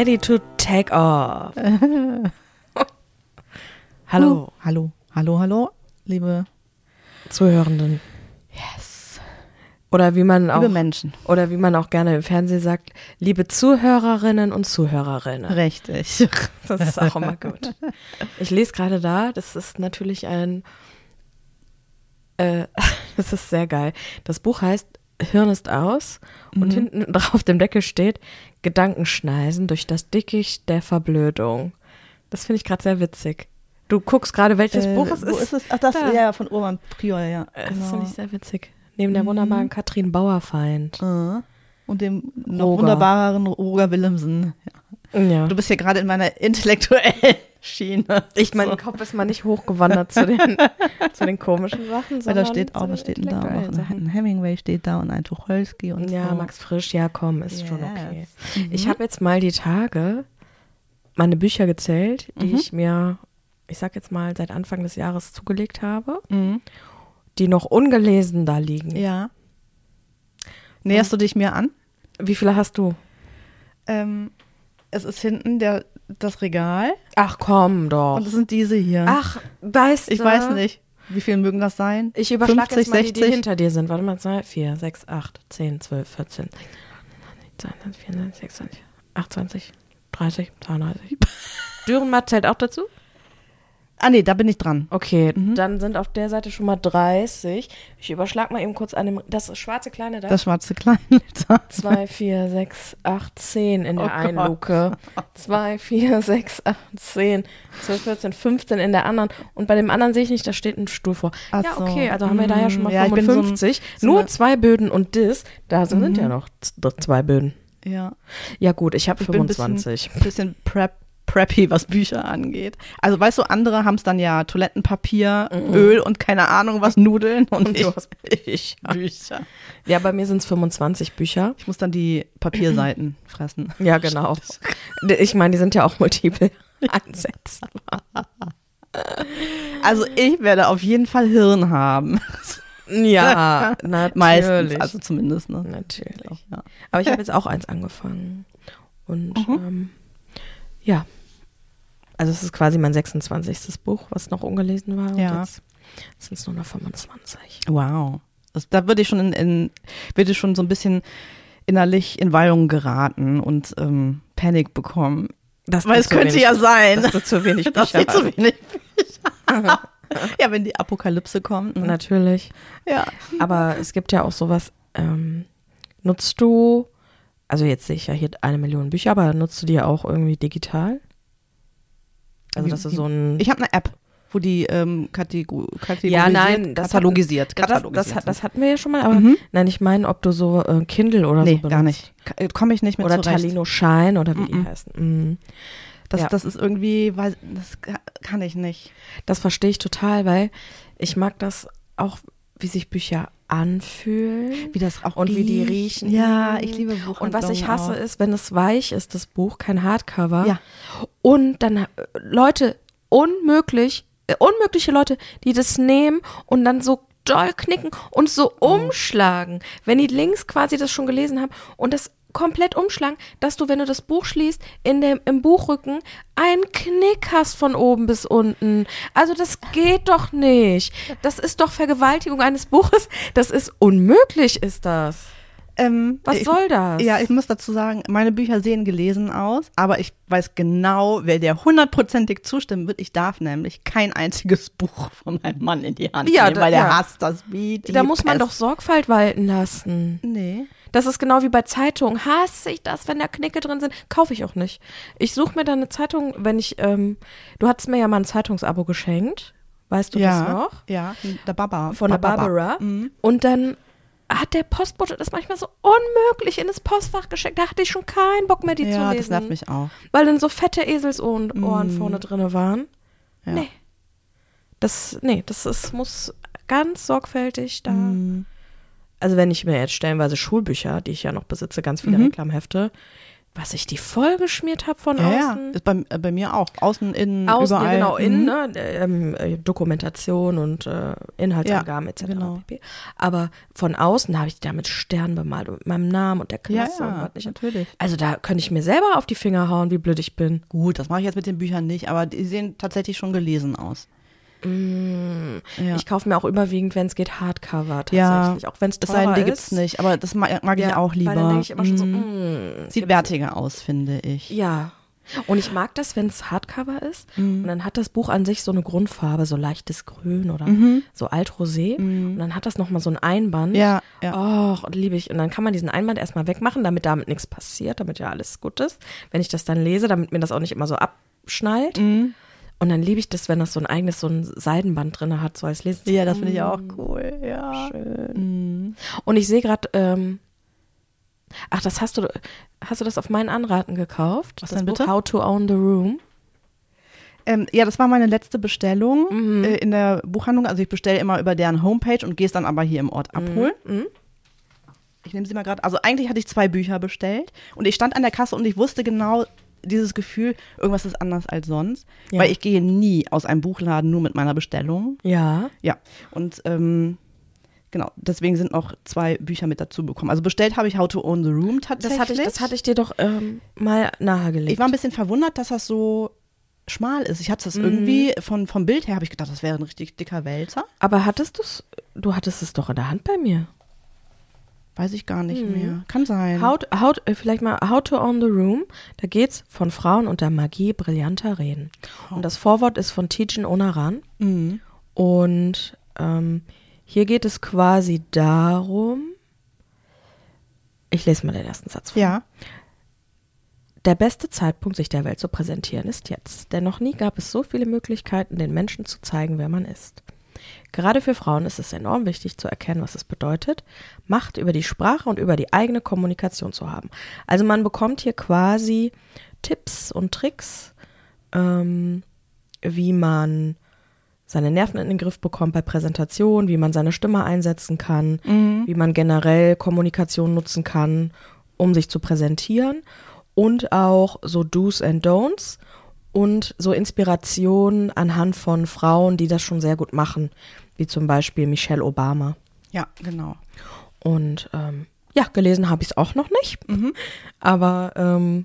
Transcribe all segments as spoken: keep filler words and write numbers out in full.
ready to take off. Hallo. Uh, hallo, hallo, hallo, liebe Zuhörenden. Yes. Oder wie man auch, liebe Menschen. Oder wie man auch gerne im Fernsehen sagt, liebe Zuhörerinnen und Zuhörerinnen. Richtig. Das ist auch immer gut. Ich lese gerade da, das ist natürlich ein, äh, das ist sehr geil. Das Buch heißt Hirn ist aus und Mhm. hinten drauf auf dem Deckel steht Gedankenschneisen durch das Dickicht der Verblödung. Das finde ich gerade sehr witzig. Du guckst gerade, welches äh, Buch es wo ist. ist es? Ach, das, Da. ja, von Urban Prior, ja. Das Genau. finde ich sehr witzig. Neben der Mhm. wunderbaren Katrin Bauerfeind. Äh, Und dem noch Roger. wunderbareren Roger Willemsen. Ja. Ja. Du bist hier gerade in meiner intellektuellen Schiene. Ich, mein So. Kopf ist mal nicht hochgewandert zu den, zu den komischen Sachen, Weil sondern da steht auch, zu was den steht denn da auch? intellektuellen Sachen. Ein Hemingway steht da und ein Tucholsky und Ja, so. Max Frisch, ja komm, ist Yes. schon okay. Mhm. Ich habe jetzt mal die Tage meine Bücher gezählt, die Mhm. ich mir, ich sag jetzt mal, seit Anfang des Jahres zugelegt habe, Mhm. die noch ungelesen da liegen. Ja. Näherst du dich mir an? Wie viele hast du? Ähm, es ist hinten der, das Regal Ach komm doch. und es sind diese hier. Ach, weißt du? ich weiß nicht. Wie viel mögen das sein? Ich überschlage jetzt mal die, die sechzig? hinter dir sind. Warte mal, zwei, vier, sechs, acht, zehn, zwölf, vierzehn, zweiundzwanzig, vierundzwanzig, sechsundzwanzig, achtundzwanzig, dreißig, zweiunddreißig. Dürrenmatt zählt auch dazu? Ah nee, da bin ich dran. Okay, Mhm. dann sind auf der Seite schon mal dreißig. Ich überschlage mal eben kurz an dem, das schwarze kleine da. Das schwarze Kleine. zwei, vier, sechs, acht, zehn in der Oh einen Gott. Luke. zwei, vier, sechs, acht, zehn, zwölf, vierzehn, fünfzehn in der anderen. Und bei dem anderen sehe ich nicht, da steht ein Stuhl vor. Ach ja, so. okay, also haben wir da ja schon mal Ja, ich bin so ein- fünfundfünfzig. so Nur eine- zwei Böden und das, da sind Mhm. ja noch z- zwei Böden. Ja. Ja gut, ich habe Ich bin ein bisschen- fünfundzwanzig. Ein bisschen prep, preppy, was Bücher angeht. Also weißt du, andere haben es dann ja Toilettenpapier, Mhm. Öl und keine Ahnung was, Nudeln und, Und ich, du hast Bücher. Bücher. Ja, bei mir sind es fünfundzwanzig Bücher. Ich muss dann die Papierseiten fressen. Ja, genau. Ich meine, die sind ja auch multiple einsetzbar. Also ich werde auf jeden Fall Hirn haben. Ja, natürlich. Meistens, also zumindest. Ne? Natürlich. Ja. Aber ich habe jetzt auch eins angefangen. Und Mhm. ähm, ja, also es ist quasi mein sechsundzwanzigstes Buch, was noch ungelesen war. Und Ja. jetzt sind es nur noch fünfundzwanzig. Wow. Das, da würde ich schon in, in würde ich schon so ein bisschen innerlich in Wallung geraten und ähm, Panik bekommen. Das Weil es könnte ja sein, dass du zu wenig Bücher dass ich zu hast. wenig Bücher Ja, wenn die Apokalypse kommt. Ne? Natürlich. Ja. Aber es gibt ja auch sowas, ähm, nutzt du, also jetzt sehe ich ja hier eine Million Bücher, aber nutzt du die ja auch irgendwie digital? Also dass du so ein... Ich habe eine App, wo die ähm, Kategor kategorisiert, Ja, nein, das hat- katalogisiert. Das, katalogisiert das, sind. das hatten wir ja schon mal, aber Mhm. nein, ich meine, ob du so äh, Kindle oder Nee, so benutzt. gar nicht. Komme ich nicht mit Oder zurecht. Talino Shine oder wie die Mhm. heißen. Mhm. Das, Ja. das ist irgendwie, weiß, das ka- kann ich nicht. Das verstehe ich total, weil ich mag das auch, wie sich Bücher anfühlen. Wie das auch Und wie die riecht. riechen. Ja, ich liebe Und Buchhandlungen was ich hasse, auch. ist, wenn es weich ist, das Buch, kein Hardcover. Ja. Und dann äh, Leute, unmöglich, äh, unmögliche Leute, die das nehmen und dann so doll knicken und so Oh. umschlagen. Wenn die links quasi das schon gelesen haben und das komplett umschlagen, dass du, wenn du das Buch schließt, in dem, im Buchrücken einen Knick hast von oben bis unten. Also das geht doch nicht. Das ist doch Vergewaltigung eines Buches. Das ist unmöglich, ist das. Ähm, Was ich, soll das? Ja, ich muss dazu sagen, meine Bücher sehen gelesen aus, aber ich weiß genau, wer der hundertprozentig zustimmen wird. Ich darf nämlich kein einziges Buch von meinem Mann in die Hand Ja, nehmen, da- weil der ja. hasst das wie die Da muss man Pest. doch Sorgfalt walten lassen. Nee. Das ist genau wie bei Zeitungen. Hasse ich das, wenn da Knicke drin sind? Kaufe ich auch nicht. Ich suche mir dann eine Zeitung, wenn ich, ähm, du hattest mir ja mal ein Zeitungsabo geschenkt. Weißt du ja, das noch? Ja, der Baba. Von der Baba. Barbara. Mhm. Und dann hat der Postbote das manchmal so unmöglich in das Postfach geschickt. Da hatte ich schon keinen Bock mehr, die zu Ja, lesen. das nervt mich auch. Weil dann so fette Eselsohren Ohren Mm. vorne drin waren. Ja. Nee. Das, nee, das ist, muss ganz sorgfältig da. Mhm. Also wenn ich mir jetzt stellenweise Schulbücher, die ich ja noch besitze, ganz viele Mhm. Reklamhefte, Was ich die voll geschmiert habe von Ja, ja, außen. ist bei, äh, bei mir auch. Außen, innen, Außen, überall. ja, genau, innen, Mhm. ne? ähm, äh, Dokumentation und äh, Inhaltsangaben Ja, et cetera. genau. pp. Aber von außen habe ich die da mit Sternen bemalt und mit meinem Namen und der Ja, Klasse und ja, was nicht. natürlich. Also da könnte ich mir selber auf die Finger hauen, wie blöd ich bin. Gut, das mache ich jetzt mit den Büchern nicht, aber die sehen tatsächlich schon gelesen aus. Mm, Ja. Ich kaufe mir auch überwiegend, wenn es geht, Hardcover Ja, tatsächlich. Auch wenn es Es sei teurer denn, die ist. gibt's nicht, aber das mag, mag ich Ja, auch lieber. Weil dann denke ich immer schon so, Mhm. mm, Sieht gibt's- wertiger aus, finde ich. Ja. Und ich mag das, wenn es Hardcover ist Mhm. und dann hat das Buch an sich so eine Grundfarbe, so leichtes Grün oder Mhm. so Altrosé und dann hat das nochmal so ein Einband. Ja, ja. Och, liebe ich. Und dann kann man diesen Einband erstmal wegmachen, damit damit nichts passiert, damit ja alles gut ist. Wenn ich das dann lese, damit mir das auch nicht immer so abschnallt. Mhm. Und dann liebe ich das, wenn das so ein eigenes, so ein Seidenband drin hat, so als Lesen. Ja, das finde ich auch cool. Ja. Schön. Mhm. Und ich sehe gerade, ähm, ach, das hast du, hast du das auf meinen Anraten gekauft? Was das denn Buch bitte? How to Own the Room. Ähm, ja, das war meine letzte Bestellung Mhm. äh, in der Buchhandlung. Also ich bestelle immer über deren Homepage und gehe es dann aber hier im Ort abholen. Mhm. Ich nehme sie mal gerade. Also eigentlich hatte ich zwei Bücher bestellt und ich stand an der Kasse und ich wusste genau dieses Gefühl, irgendwas ist anders als sonst. Ja. Weil ich gehe nie aus einem Buchladen nur mit meiner Bestellung. Ja. Ja, und ähm, genau, deswegen sind noch zwei Bücher mit dazu bekommen. Also bestellt habe ich How to Own the Room tatsächlich. Das hatte ich, das hatte ich dir doch ähm, mal nahegelegt. Ich war ein bisschen verwundert, dass das so schmal ist. Ich hatte das Mhm. irgendwie, von, vom Bild her habe ich gedacht, das wäre ein richtig dicker Wälzer. Aber hattest du es, du hattest es doch in der Hand bei mir. Weiß ich gar nicht Mhm. mehr. Kann sein. How, how, äh, vielleicht mal How to Own the Room. Da geht's von Frauen und der Magie brillanter Reden. Und das Vorwort ist von Tijen Onaran. Mhm. Und ähm, hier geht es quasi darum, ich lese mal den ersten Satz vor. Ja. Der beste Zeitpunkt, sich der Welt zu präsentieren, ist jetzt. Denn noch nie gab es so viele Möglichkeiten, den Menschen zu zeigen, wer man ist. Gerade für Frauen ist es enorm wichtig zu erkennen, was es bedeutet, Macht über die Sprache und über die eigene Kommunikation zu haben. Also man bekommt hier quasi Tipps und Tricks, ähm, wie man seine Nerven in den Griff bekommt bei Präsentationen, wie man seine Stimme einsetzen kann, Mhm. wie man generell Kommunikation nutzen kann, um sich zu präsentieren und auch so Do's and Don'ts und so Inspirationen anhand von Frauen, die das schon sehr gut machen, wie zum Beispiel Michelle Obama. Ja, genau. Und ähm, ja, gelesen habe ich es auch noch nicht, Mhm. aber ähm,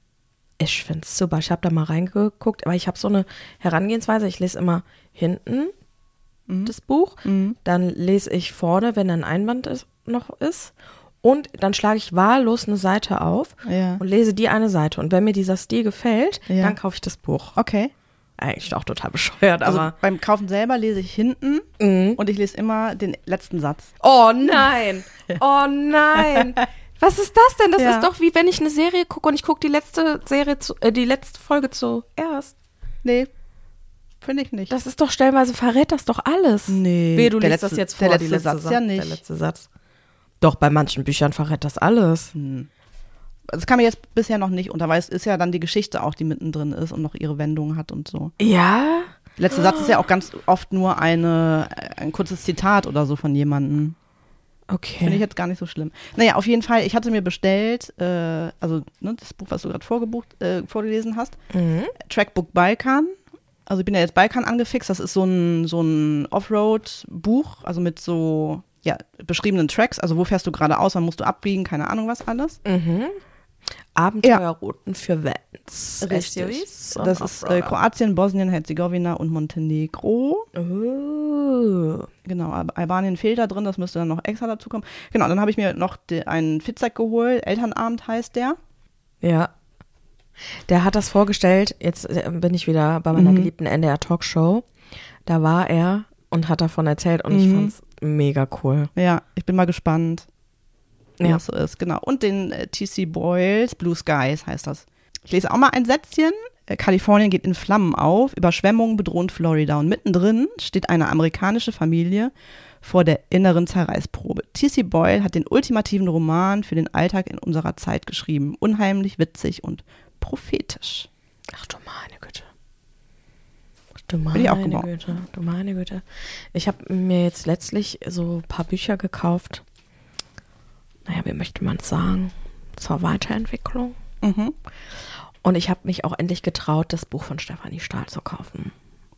ich finde es super. Ich habe da mal reingeguckt, aber ich habe so eine Herangehensweise, ich lese immer hinten Mhm. das Buch, Mhm. dann lese ich vorne, wenn ein Einband ist, noch ist und dann schlage ich wahllos eine Seite auf Ja. und lese die eine Seite. Und wenn mir dieser Stil gefällt, Ja. dann kaufe ich das Buch. Okay. Eigentlich auch total bescheuert, Also aber. beim Kaufen selber lese ich hinten Mhm. und ich lese immer den letzten Satz. Oh nein! Oh nein! Was ist das denn? Das Ja. ist doch wie wenn ich eine Serie gucke und ich gucke die letzte Serie zu, äh, die letzte Folge zuerst. Nee, finde ich nicht. Das ist doch stellenweise verrät das doch alles. Nee, Wehe, du der liest letzte- das jetzt der vor, letzte die letzte Satz Sa- ja nicht. Der letzte Satz. Doch, bei manchen Büchern verrät das alles. Das kam mir jetzt bisher noch nicht unter, weil es ist ja dann die Geschichte auch, die mittendrin ist und noch ihre Wendung hat und so. Ja? Der letzte Satz ist ja auch ganz oft nur eine, ein kurzes Zitat oder so von jemandem. Okay. Finde ich jetzt gar nicht so schlimm. Naja, auf jeden Fall, ich hatte mir bestellt, äh, also ne, das Buch, was du gerade vorgebucht, äh, vorgelesen hast, Mhm. Trackbook Balkan. Also ich bin ja jetzt Balkan angefixt, das ist so ein, so ein Offroad-Buch, also mit so ja, beschriebenen Tracks, also wo fährst du geradeaus, wann musst du abbiegen, keine Ahnung was alles. Mhm. Abenteuerrouten für Vans. S U Vs und Das ist äh, Offroader. Kroatien, Bosnien, Herzegowina und Montenegro. Oh. Genau, Al- Albanien fehlt da drin, das müsste dann noch extra dazu kommen. Genau, dann habe ich mir noch de, einen Fitzek geholt, Elternabend heißt der. Ja. Der hat das vorgestellt, jetzt äh, bin ich wieder bei meiner Mhm. geliebten N D R-Talkshow. Da war er und hat davon erzählt und ich Mhm. fand's mega cool. Ja, ich bin mal gespannt, wie Ja. das so ist. Genau, und den äh, T C Boyles, Blue Skies heißt das. Ich lese auch mal ein Sätzchen. Äh, Kalifornien geht in Flammen auf, Überschwemmungen bedrohen Florida und mittendrin steht eine amerikanische Familie vor der inneren Zerreißprobe. T C Boyle hat den ultimativen Roman für den Alltag in unserer Zeit geschrieben. Unheimlich, witzig und prophetisch. Ach du meine Güte. Du Bin ich auch meine gebaut. Güte. Du meine Güte. Ich habe mir jetzt letztlich so ein paar Bücher gekauft. Naja, wie möchte man es sagen? Zur Weiterentwicklung. Mhm. Und ich habe mich auch endlich getraut, das Buch von Stefanie Stahl zu kaufen.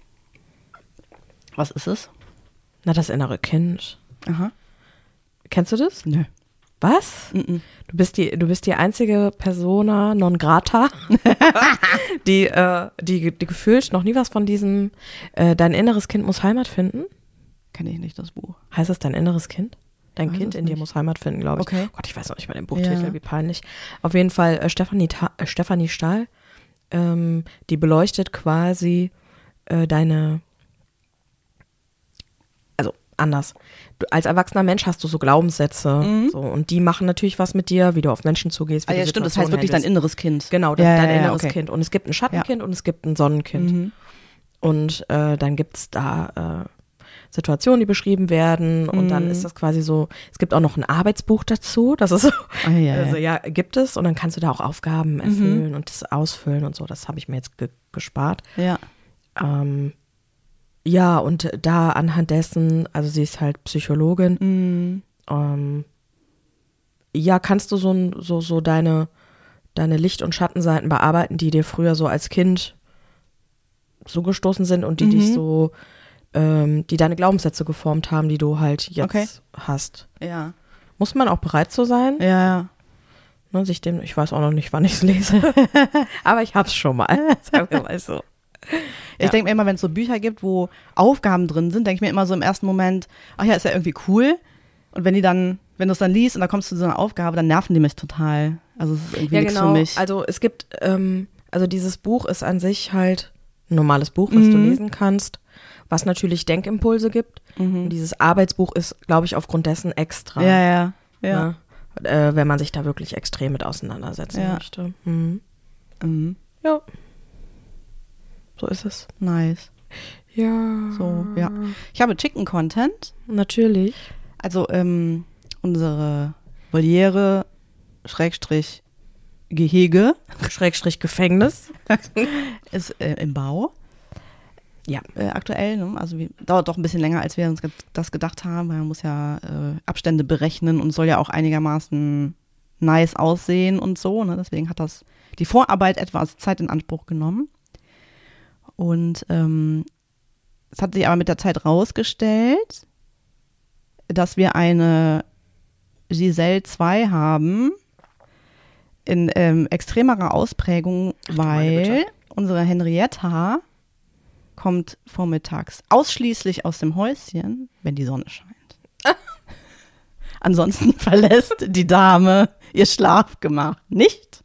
Was ist es? Na, das innere Kind. Aha. Kennst du das? Nö. Was? Mhm. Du bist die, du bist die einzige Persona non grata, die, äh, die, die gefühlt noch nie was von diesem äh, Dein inneres Kind muss Heimat finden. Kenne ich nicht, das Buch. Heißt das Dein inneres Kind? Dein Weiß Kind es in dir nicht. muss Heimat finden, glaube ich. Okay. Gott, ich weiß noch nicht mal den Buchtitel, Ja. wie peinlich. Auf jeden Fall äh, Stefanie, Ta äh, Stefanie Stahl, ähm, die beleuchtet quasi äh, deine, also anders. Du, als erwachsener Mensch hast du so Glaubenssätze Mhm. so, und die machen natürlich was mit dir, wie du auf Menschen zugehst. Wie Ah, du ja, stimmt, das heißt Situationen wirklich dein handelst. inneres Kind. Genau, das, Ja, dein ja, ja, inneres okay. Kind. Und es gibt ein Schattenkind und es gibt ein Sonnenkind. Mhm. Und äh, dann gibt es da äh, Situationen, die beschrieben werden. Und Mhm. dann ist das quasi so, es gibt auch noch ein Arbeitsbuch dazu. Das ist so, Ah, ja, also ja. ja, gibt es. Und dann kannst du da auch Aufgaben erfüllen und das ausfüllen und so. Das habe ich mir jetzt ge gespart. Ja. Ähm, ja, und da anhand dessen, also sie ist halt Psychologin, Mhm. ähm, ja, kannst du so, ein- so, so deine, deine Licht- und Schattenseiten bearbeiten, die dir früher so als Kind zugestoßen sind und die Mhm. dich so, ähm, die deine Glaubenssätze geformt haben, die du halt jetzt Okay. hast. Ja. Muss man auch bereit zu sein, Ja, ja. ne, sich dem, ich weiß auch noch nicht, wann ich es lese, aber ich hab's schon mal, sagen wir mal so. Ich Ja. denke mir immer, wenn es so Bücher gibt, wo Aufgaben drin sind, denke ich mir immer so im ersten Moment, ach ja, ist ja irgendwie cool. Und wenn die dann, wenn du es dann liest und dann kommst du zu so einer Aufgabe, dann nerven die mich total. Also es ist irgendwie Ja, nichts genau. für mich. Also es gibt, ähm, also dieses Buch ist an sich halt ein normales Buch, was du Mhm. lesen kannst, was natürlich Denkimpulse gibt. Mhm. Und dieses Arbeitsbuch ist, glaube ich, aufgrund dessen extra. Ja, ja, ja. Ne? Äh, wenn man sich da wirklich extrem mit auseinandersetzen Ja. möchte. Mhm. Mhm. Ja. So ist es. Nice. Ja. So, ja. Ich habe Chicken Content. Natürlich. Also ähm, unsere Voliere, Schrägstrich, Gehege Schrägstrich Gefängnis. ist äh, im Bau. Ja. Äh, aktuell, ne? Also wie, dauert doch ein bisschen länger, als wir uns ge- das gedacht haben, weil man muss ja äh, Abstände berechnen und soll ja auch einigermaßen nice aussehen und so. Ne? Deswegen hat das die Vorarbeit etwas Zeit in Anspruch genommen. Und ähm, es hat sich aber mit der Zeit rausgestellt, dass wir eine Giselle zwei haben in ähm, extremerer Ausprägung, Ach du meine weil Güte. unsere Henrietta kommt vormittags ausschließlich aus dem Häuschen, wenn die Sonne scheint. Ansonsten verlässt die Dame ihr Schlafgemach nicht.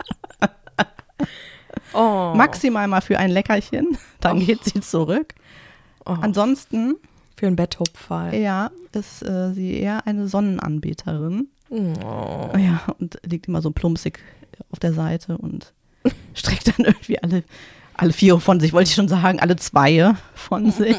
Oh. Maximal mal für ein Leckerchen, dann geht sie zurück. Oh. Ansonsten, Für einen Betthupfall. ja, ist äh, sie eher eine Sonnenanbeterin. Oh. Ja, und liegt immer so plumpsig auf der Seite und streckt dann irgendwie alle, alle vier von sich, wollte ich schon sagen, alle zwei von sich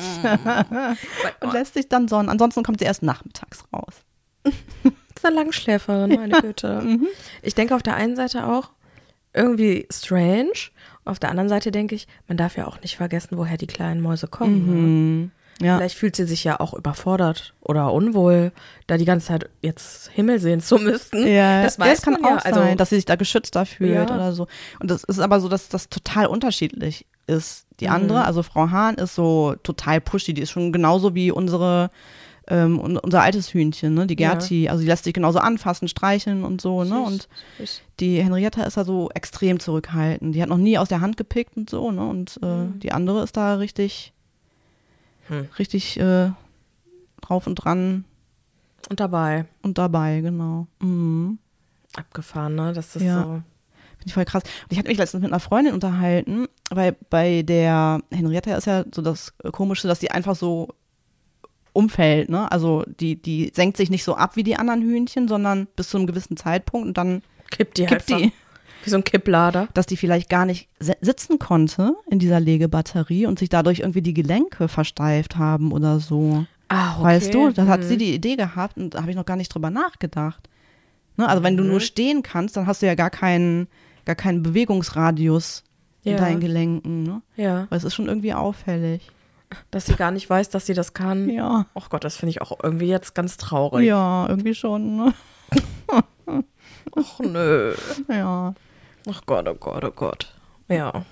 und lässt sich dann sonnen. Ansonsten kommt sie erst nachmittags raus. Das ist eine Langschläferin, meine Güte. Mhm. Ich denke auf der einen Seite auch irgendwie strange. Auf der anderen Seite denke ich, man darf ja auch nicht vergessen, woher die kleinen Mäuse kommen. Ne? Mhm. Ja. Vielleicht fühlt sie sich ja auch überfordert oder unwohl, da die ganze Zeit jetzt Himmel sehen zu müssen. Ja, das ja, weiß es kann man ja. auch Also, sein, dass sie sich da geschützter fühlt Ja. oder so. Und das ist aber so, dass das total unterschiedlich ist. Die Mhm. andere, also Frau Hahn, ist so total pushy. Die ist schon genauso wie unsere, ähm, un- unser altes Hühnchen, ne? Die Ja. Gerti. Also die lässt sich genauso anfassen, streicheln und so. Ne? Und süß. die Henrietta ist da so extrem zurückhaltend. Die hat noch nie aus der Hand gepickt und so. Ne? Und äh, Mhm. die andere ist da richtig, Hm. richtig äh, drauf und dran Und dabei und dabei, genau. Mhm. abgefahren, ne? Das ist Ja. so. Finde ich voll krass. Und ich hatte mich letztens mit einer Freundin unterhalten, weil bei der Henrietta ist ja so das Komische, dass die einfach so umfällt, ne? Also die, die senkt sich nicht so ab wie die anderen Hühnchen, sondern bis zu einem gewissen Zeitpunkt und dann Kippt die kippt einfach. die. Wie so ein Kipplader. Dass die vielleicht gar nicht se- sitzen konnte in dieser Legebatterie und sich dadurch irgendwie die Gelenke versteift haben oder so. Ah, okay. Weißt du, da hat Mhm. sie die Idee gehabt und da habe ich noch gar nicht drüber nachgedacht. Ne? Also wenn du Mhm. nur stehen kannst, dann hast du ja gar keinen, gar keinen Bewegungsradius in Ja. deinen Gelenken. Ne? Ja, Weil es ist schon irgendwie auffällig. dass sie gar nicht weiß, dass sie das kann. Ja. Oh Gott, das finde ich auch irgendwie jetzt ganz traurig. Ja, irgendwie schon. Ne? Och nö. Ja. Ach Gott, oh Gott, oh Gott. Ja.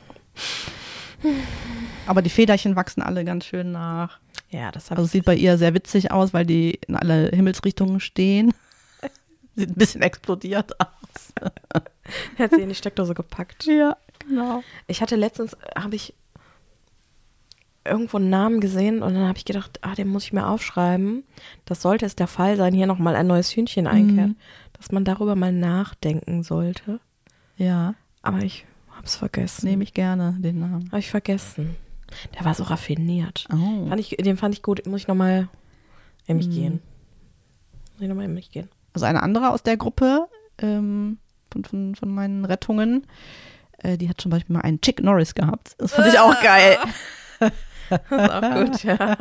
Aber die Federchen wachsen alle ganz schön nach. Ja, das hat Also es sieht bei ihr sehr witzig aus, weil die in alle Himmelsrichtungen stehen. Sieht ein bisschen explodiert aus. hat sie in die Steckdose gepackt. Ja, genau. Ich hatte letztens, habe ich irgendwo einen Namen gesehen und dann habe ich gedacht, ah, den muss ich mir aufschreiben. Das sollte es der Fall sein, hier nochmal ein neues Hühnchen einkehrt, Mhm. dass man darüber mal nachdenken sollte. Ja, Aber ich habe es vergessen. nehme ich gerne den Namen. Habe ich vergessen. Der war so raffiniert. Oh. Fand ich, den fand ich gut. Muss ich nochmal in mich Mhm. gehen. Muss ich nochmal in mich gehen. Also eine andere aus der Gruppe ähm, von, von, von meinen Rettungen, äh, die hat zum Beispiel mal einen Chick Norris gehabt. Das fand ich auch geil. Das ist auch gut, ja.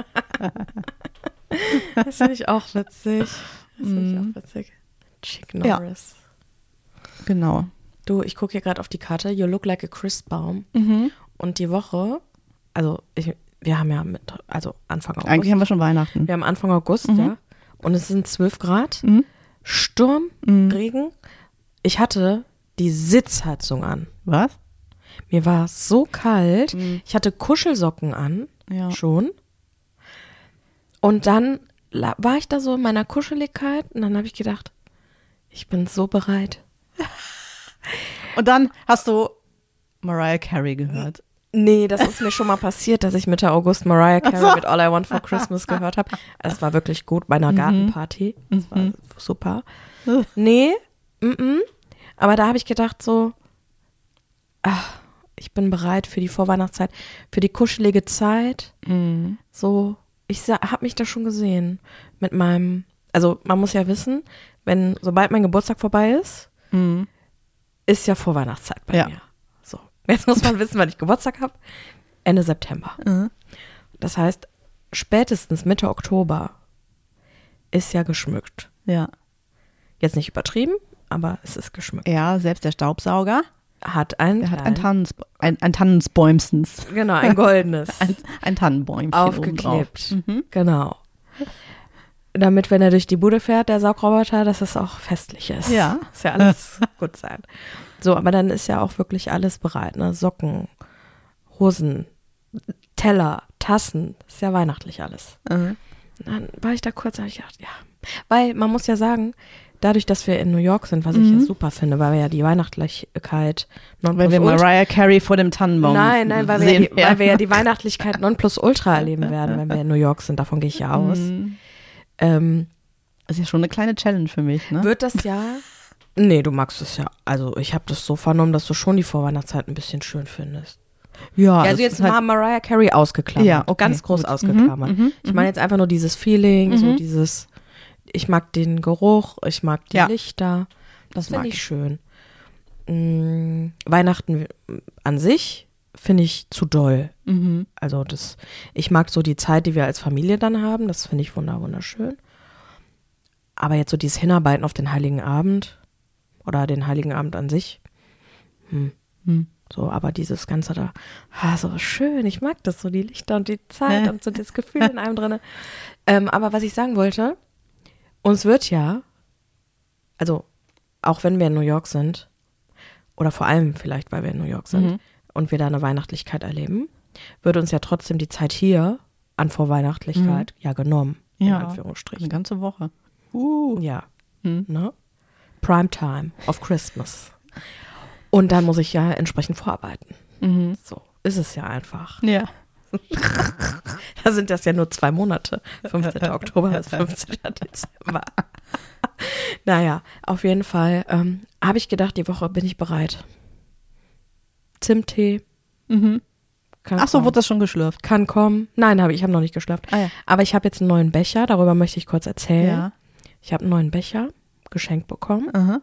Das finde ich auch witzig. Das finde ich Mhm. auch witzig. Chick Ja. Norris. Genau. Du, ich gucke hier gerade auf die Karte. You look like a Christbaum. Mhm. Und die Woche, also ich, wir haben ja mit, also Anfang August. Eigentlich haben wir schon Weihnachten. Wir haben Anfang August, Mhm. ja. Und es sind zwölf Grad. Mhm. Sturm, Mhm. Regen. Ich hatte die Sitzheizung an. Was? Mir war so kalt. Mhm. Ich hatte Kuschelsocken an, Ja. schon. Und dann la- war ich da so in meiner Kuscheligkeit und dann habe ich gedacht, ich bin so bereit. Und dann hast du Mariah Carey gehört. Nee, das ist mir schon mal passiert, dass ich Mitte August Mariah Carey mit All I Want for Christmas gehört habe. Das war wirklich gut bei einer Mhm. Gartenparty. Das war Mhm. super. Nee, mm -mm. Aber da habe ich gedacht so, ach, ich bin bereit für die Vorweihnachtszeit, für die kuschelige Zeit. Mhm. So, ich habe mich da schon gesehen mit meinem, also man muss ja wissen, wenn, sobald mein Geburtstag vorbei ist, Mhm. ist ja Vorweihnachtszeit bei Ja. mir. So, jetzt muss man wissen, wann ich Geburtstag habe. Ende September. Mhm. Das heißt, spätestens Mitte Oktober ist ja geschmückt. Ja. Jetzt nicht übertrieben, aber es ist geschmückt. Ja, selbst der Staubsauger, Hat ein, der hat ein, klein- Tannens, ein, ein Tannensbäumsens. genau, ein goldenes Ein, ein Tannenbäumchen aufgeklebt. obendrauf. Mhm. Genau. Damit, wenn er durch die Bude fährt, der Saugroboter, dass es auch festlich ist. Ja. Muss ja alles gut sein. So, aber dann ist ja auch wirklich alles bereit, ne? Socken, Hosen, Teller, Tassen, ist ja weihnachtlich alles. Mhm. Dann war ich da kurz, habe ich gedacht, ja. Weil man muss ja sagen, dadurch, dass wir in New York sind, was ich Mhm. ja super finde, weil wir ja die Weihnachtlichkeit non Weil wir plus ultra- Mariah Carey vor dem Tannenbaum Nein, nein, weil wir, ja sehen die, weil wir ja die Weihnachtlichkeit non plus ultra erleben werden, wenn wir in New York sind. Davon gehe ich ja aus. Mhm. Ähm, Das ist ja schon eine kleine Challenge für mich, ne? wird das ja... Nee, du magst es ja. Also ich habe das so vernommen, dass du schon die Vorweihnachtszeit ein bisschen schön findest. Ja, Ja, also es jetzt ist halt- mal Mariah Carey ausgeklammert. Ja, okay, Ganz groß gut. ausgeklammert. Mhm, mhm, ich meine jetzt einfach nur dieses Feeling, so Mhm. dieses, ich mag den Geruch, ich mag die Ja. Lichter. Das Das finde mag ich ich. schön. Mm, Weihnachten an sich finde ich zu doll. Mhm. Also das, ich mag so die Zeit, die wir als Familie dann haben, das finde ich wunder wunderschön. Aber jetzt so dieses Hinarbeiten auf den Heiligen Abend oder den Heiligen Abend an sich, hm, Hm. so, aber dieses Ganze da, ah, so schön, ich mag das, so die Lichter und die Zeit Ja. und so das Gefühl in einem drinne. Ähm, aber was ich sagen wollte, uns wird ja, also auch wenn wir in New York sind, oder vor allem vielleicht, weil wir in New York sind Mhm. und wir da eine Weihnachtlichkeit erleben, wird uns ja trotzdem die Zeit hier an Vorweihnachtlichkeit ja genommen, in Ja, eine Anführungsstrichen. ganze Woche. Uh. Ja, Hm. ne? Primetime of Christmas. Und dann muss ich ja entsprechend vorarbeiten. Mhm. So ist es ja einfach. Ja. Da sind das ja nur zwei Monate. fünfzehnten Oktober bis fünfzehnten Dezember. Naja, auf jeden Fall ähm, habe ich gedacht, die Woche bin ich bereit. Zimttee Mhm. kann Ach so, kommen. wurde das schon geschlürft? Kann kommen. Nein, habe ich, ich habe noch nicht geschlafen. Ah ja. Aber ich habe jetzt einen neuen Becher, darüber möchte ich kurz erzählen. Ja. Ich habe einen neuen Becher geschenkt bekommen. Aha.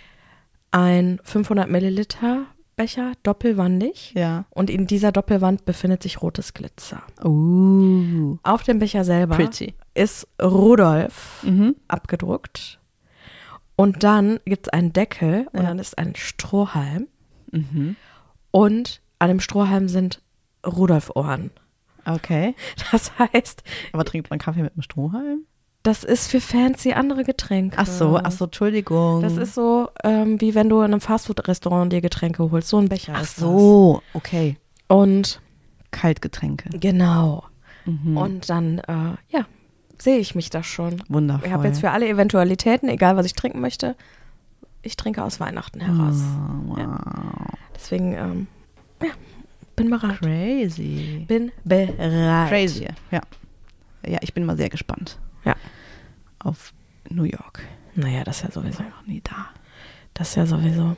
Ein fünfhundert Milliliter Becher, doppelwandig. Ja. Und in dieser Doppelwand befindet sich rotes Glitzer. Uh. Auf dem Becher selber Pretty. ist Rudolf Mhm. abgedruckt. Und dann gibt es einen Deckel und Ja. dann ist ein Strohhalm. Mhm. Und an dem Strohhalm sind Rudolf-Ohren. Okay. Das heißt, Aber trinkt man Kaffee mit einem Strohhalm? Das ist für fancy andere Getränke. Ach so, ach so, Entschuldigung. Das ist so, ähm, wie wenn du in einem Fastfood-Restaurant dir Getränke holst. So ein Becher Ach ist so, okay. das. Und Kaltgetränke. genau. Mhm. Und dann, äh, ja, sehe ich mich da schon. Wundervoll. Ich habe jetzt für alle Eventualitäten, egal was ich trinken möchte, ich trinke aus Weihnachten heraus. Oh, wow. Ja. Deswegen, ähm, ja, bin bereit. Crazy. Bin bereit. Crazy, ja. Ja, ich bin mal sehr gespannt. Ja. Auf New York. Naja, das ist ja sowieso. Noch nie da. Das ist ja sowieso.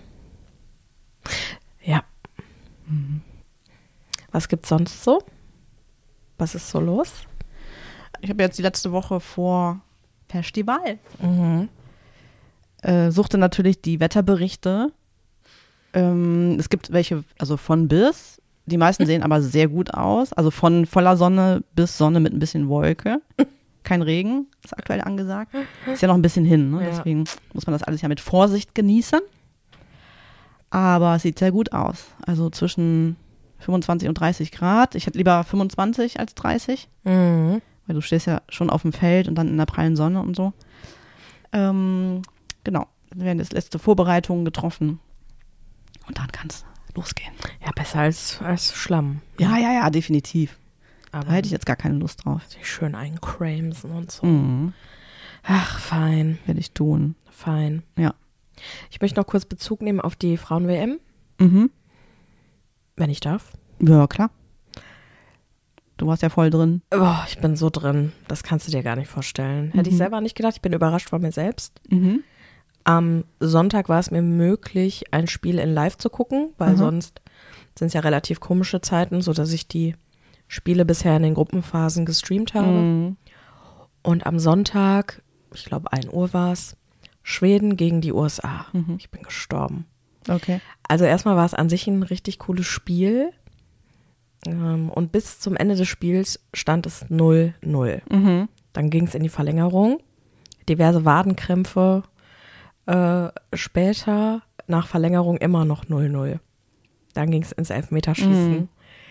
Ja. Mhm. Was gibt's sonst so? Was ist so los? Ich habe jetzt die letzte Woche vor Festival. Mhm. Äh, suchte natürlich die Wetterberichte. Ähm, es gibt welche, also von bis. Die meisten sehen aber sehr gut aus. Also von voller Sonne bis Sonne mit ein bisschen Wolke. Kein Regen ist aktuell angesagt. Ist ja noch ein bisschen hin, ne? Ja. Deswegen muss man das alles ja mit Vorsicht genießen. Aber es sieht sehr gut aus. Also zwischen fünfundzwanzig und dreißig Grad. Ich hätte lieber fünfundzwanzig als dreißig. Mhm. Weil du stehst ja schon auf dem Feld und dann in der prallen Sonne und so. Ähm, genau. Dann werden jetzt letzte Vorbereitungen getroffen. Und dann kann es losgehen. Ja, besser als, als Schlamm. Ja, ja, ja, definitiv. Aber Da hätte ich jetzt gar keine Lust drauf. sich schön eincramsen und so. Mhm. Ach, fein, Werde ich tun. fein. Ja. Ich möchte noch kurz Bezug nehmen auf die Frauen-W M, Mhm. wenn ich darf. Ja, klar. Du warst ja voll drin. Boah, ich bin so drin. Das kannst du dir gar nicht vorstellen. Hätte ich Mhm. selber nicht gedacht. Ich bin überrascht von mir selbst. Mhm. Am Sonntag war es mir möglich, ein Spiel in Live zu gucken, weil Aha. sonst sind es ja relativ komische Zeiten, sodass ich die Spiele bisher in den Gruppenphasen gestreamt habe. Mhm. Und am Sonntag, ich glaube ein Uhr war es, Schweden gegen die U S A. Mhm. Ich bin gestorben. Okay. Also erstmal war es an sich ein richtig cooles Spiel. Ähm, und bis zum Ende des Spiels stand es null null. Mhm. Dann ging es in die Verlängerung. Diverse Wadenkrämpfe. Äh, später, nach Verlängerung, immer noch null null. Dann ging es ins Elfmeterschießen. Mhm.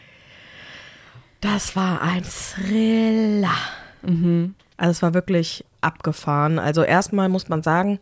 Das war ein Thriller. Mhm. Also es war wirklich abgefahren. Also erstmal muss man sagen,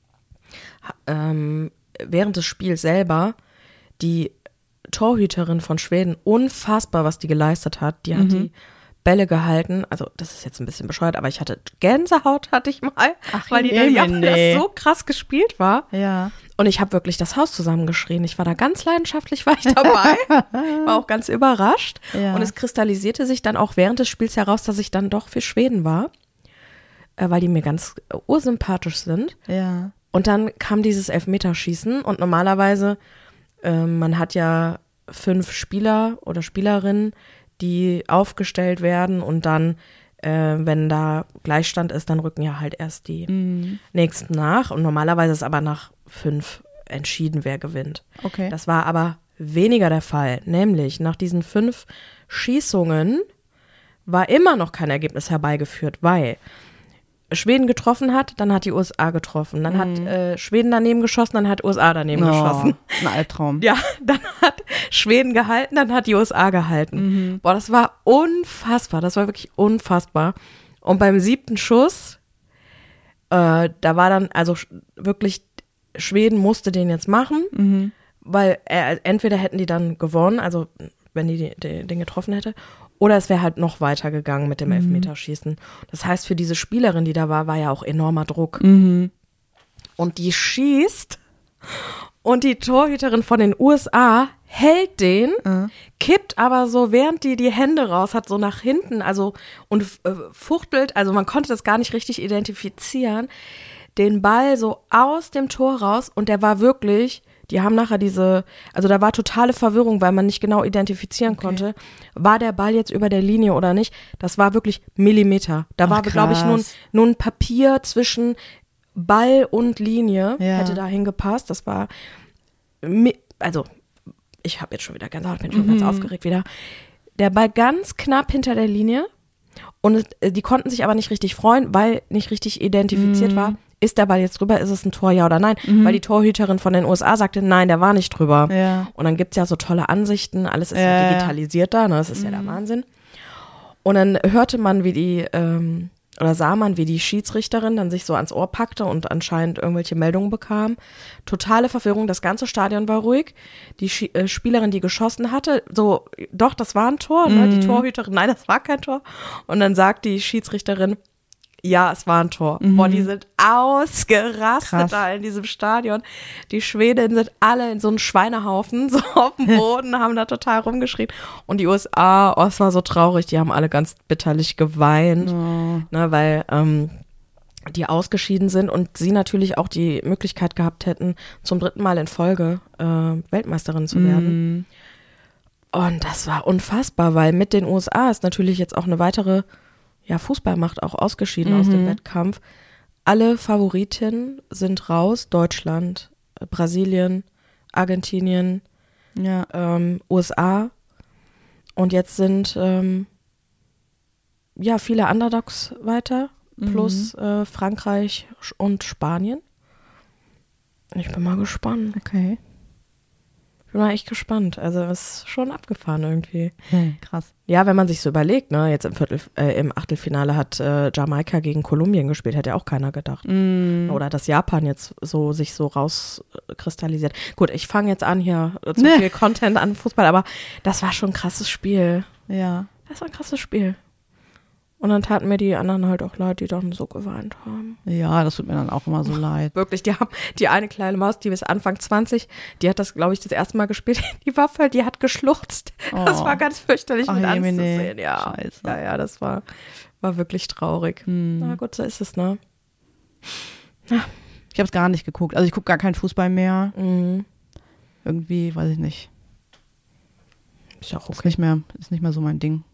ähm, während des Spiels selber, die Torhüterin von Schweden, unfassbar, was die geleistet hat. Die hat Mhm. die Bälle gehalten. Also das ist jetzt ein bisschen bescheuert, aber ich hatte Gänsehaut, hatte ich mal, Ach, weil die Jemine. ja, weil das so krass gespielt war. Ja. Und ich habe wirklich das Haus zusammengeschrien. Ich war da ganz leidenschaftlich, war ich dabei. War auch ganz überrascht. Ja. Und es kristallisierte sich dann auch während des Spiels heraus, dass ich dann doch für Schweden war, äh, weil die mir ganz äh, ursympathisch sind. Ja. Und dann kam dieses Elfmeterschießen und normalerweise, äh, man hat ja fünf Spieler oder Spielerinnen, die aufgestellt werden und dann, äh, wenn da Gleichstand ist, dann rücken ja halt erst die Mhm. nächsten nach. Und normalerweise ist aber nach fünf entschieden, wer gewinnt. Okay. Das war aber weniger der Fall. Nämlich nach diesen fünf Schießungen war immer noch kein Ergebnis herbeigeführt, weil Schweden getroffen hat, dann hat die U S A getroffen. Dann hat äh, Schweden daneben geschossen, dann hat U S A daneben geschossen. Ein Albtraum. Ja, dann hat Schweden gehalten, dann hat die U S A gehalten. Mhm. Boah, das war unfassbar. Das war wirklich unfassbar. Und beim siebten Schuss, äh, da war dann, also sch- wirklich, Schweden musste den jetzt machen, Mhm. weil äh, entweder hätten die dann gewonnen, also wenn die, die, die den getroffen hätte, oder es wäre halt noch weiter gegangen mit dem Elfmeterschießen. Das heißt, für diese Spielerin, die da war, war ja auch enormer Druck. Mhm. Und die schießt und die Torhüterin von den U S A hält den, Äh. kippt aber so, während die die Hände raus hat, so nach hinten, also und äh, fuchtelt, also man konnte das gar nicht richtig identifizieren, den Ball so aus dem Tor raus und der war wirklich, die haben nachher diese, also da war totale Verwirrung, weil man nicht genau identifizieren Okay. konnte, war der Ball jetzt über der Linie oder nicht. Das war wirklich Millimeter. Da Ach, war, glaube ich, nur, ein- krass. nur ein Papier zwischen Ball und Linie, Ja. hätte da hingepasst. Das war, mi- also ich habe jetzt schon wieder Gänsehaut, bin schon Mhm. ganz aufgeregt wieder. Der Ball ganz knapp hinter der Linie und es, äh, die konnten sich aber nicht richtig freuen, weil nicht richtig identifiziert Mhm. war, ist der Ball jetzt drüber, ist es ein Tor, ja oder nein? Weil die Torhüterin von den U S A sagte, nein, der war nicht drüber. Ja. Und dann gibt's ja so tolle Ansichten, alles ist Ja, ja ja. digitalisiert da, ne? Das ist ja der Wahnsinn. Und dann hörte man, wie die ähm, oder sah man, wie die Schiedsrichterin dann sich so ans Ohr packte und anscheinend irgendwelche Meldungen bekam. Totale Verwirrung, das ganze Stadion war ruhig. Die Schie- äh, Spielerin, die geschossen hatte, so, doch, das war ein Tor, ne? Die Torhüterin, nein, das war kein Tor. Und dann sagt die Schiedsrichterin, ja, es war ein Tor. Mhm. Boah, die sind ausgerastet Krass. Da in diesem Stadion. Die Schwedinnen sind alle in so einem Schweinehaufen, so auf dem Boden, haben da total rumgeschrien. Und die U S A, oh, es war so traurig, die haben alle ganz bitterlich geweint, oh. ne, weil ähm, die ausgeschieden sind und sie natürlich auch die Möglichkeit gehabt hätten, zum dritten Mal in Folge äh, Weltmeisterin zu werden. Mhm. Und das war unfassbar, weil mit den U S A ist natürlich jetzt auch eine weitere ja, Fußballmacht auch ausgeschieden mhm. aus dem Wettkampf. Alle Favoritinnen sind raus. Deutschland, Brasilien, Argentinien, ja. ähm, U S A. Und jetzt sind ähm, ja viele Underdogs weiter, mhm. plus äh, Frankreich und Spanien. Ich bin mal gespannt. Okay. Ich bin mal echt gespannt. Also es ist schon abgefahren irgendwie. Hm, krass. Ja, wenn man sich so überlegt, ne, jetzt im Viertel, äh, im Achtelfinale hat äh, Jamaika gegen Kolumbien gespielt, hätte ja auch keiner gedacht. Mm. Oder dass Japan jetzt so sich so rauskristallisiert. Gut, ich fange jetzt an hier zu nee. viel Content an Fußball, aber das war schon ein krasses Spiel. Ja. Das war ein krasses Spiel. Und dann taten mir die anderen halt auch leid, die dann so geweint haben. Ja, das tut mir dann auch immer so leid. Wirklich, die haben die eine kleine Maus, die bis Anfang zwanzig, die hat das, glaube ich, das erste Mal gespielt. Die war voll, die hat geschluchzt. Oh. Das war ganz fürchterlich Ach, mit anzusehen. Ja. Scheiße. Ja, ja, das war, war wirklich traurig. Hm. Na gut, so ist es, ne? Ja. Ich habe es gar nicht geguckt. Also ich gucke gar keinen Fußball mehr. Mhm. Irgendwie, weiß ich nicht. Ist ja auch okay. Ist nicht mehr, ist nicht mehr so mein Ding.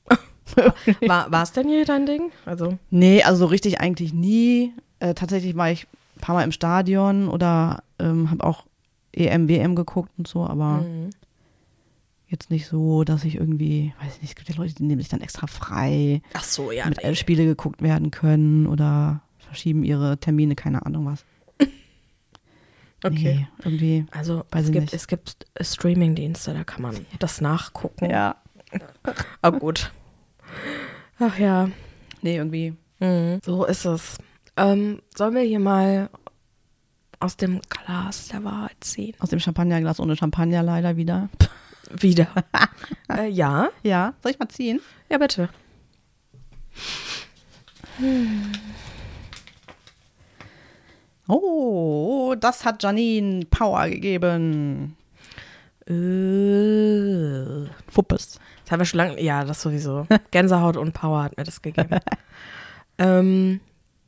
War war es denn je dein Ding? Also nee, also so richtig eigentlich nie. Äh, tatsächlich war ich ein paar Mal im Stadion oder ähm, habe auch E M, W M geguckt und so, aber mhm. jetzt nicht so, dass ich irgendwie, weiß ich nicht, es gibt ja Leute, die nehmen sich dann extra frei. Ach so, ja. Mit nee. Spiele geguckt werden können oder verschieben ihre Termine, keine Ahnung was. Okay. Nee, irgendwie, also weiß es ich gibt, nicht. es gibt Streaming-Dienste, da kann man das nachgucken. Ja. Aber gut. Ach ja. Nee, irgendwie. Mhm. So ist es. Ähm, sollen wir hier mal aus dem Glas der Wahrheit ziehen? Aus dem Champagnerglas ohne Champagner leider wieder. Wieder. äh, ja. Ja. Soll ich mal ziehen? Ja, bitte. Hm. Oh, das hat Janine Power gegeben. Äh. Fuppes. Das haben wir schon lange, ja, das sowieso. Gänsehaut und Power hat mir das gegeben. ähm,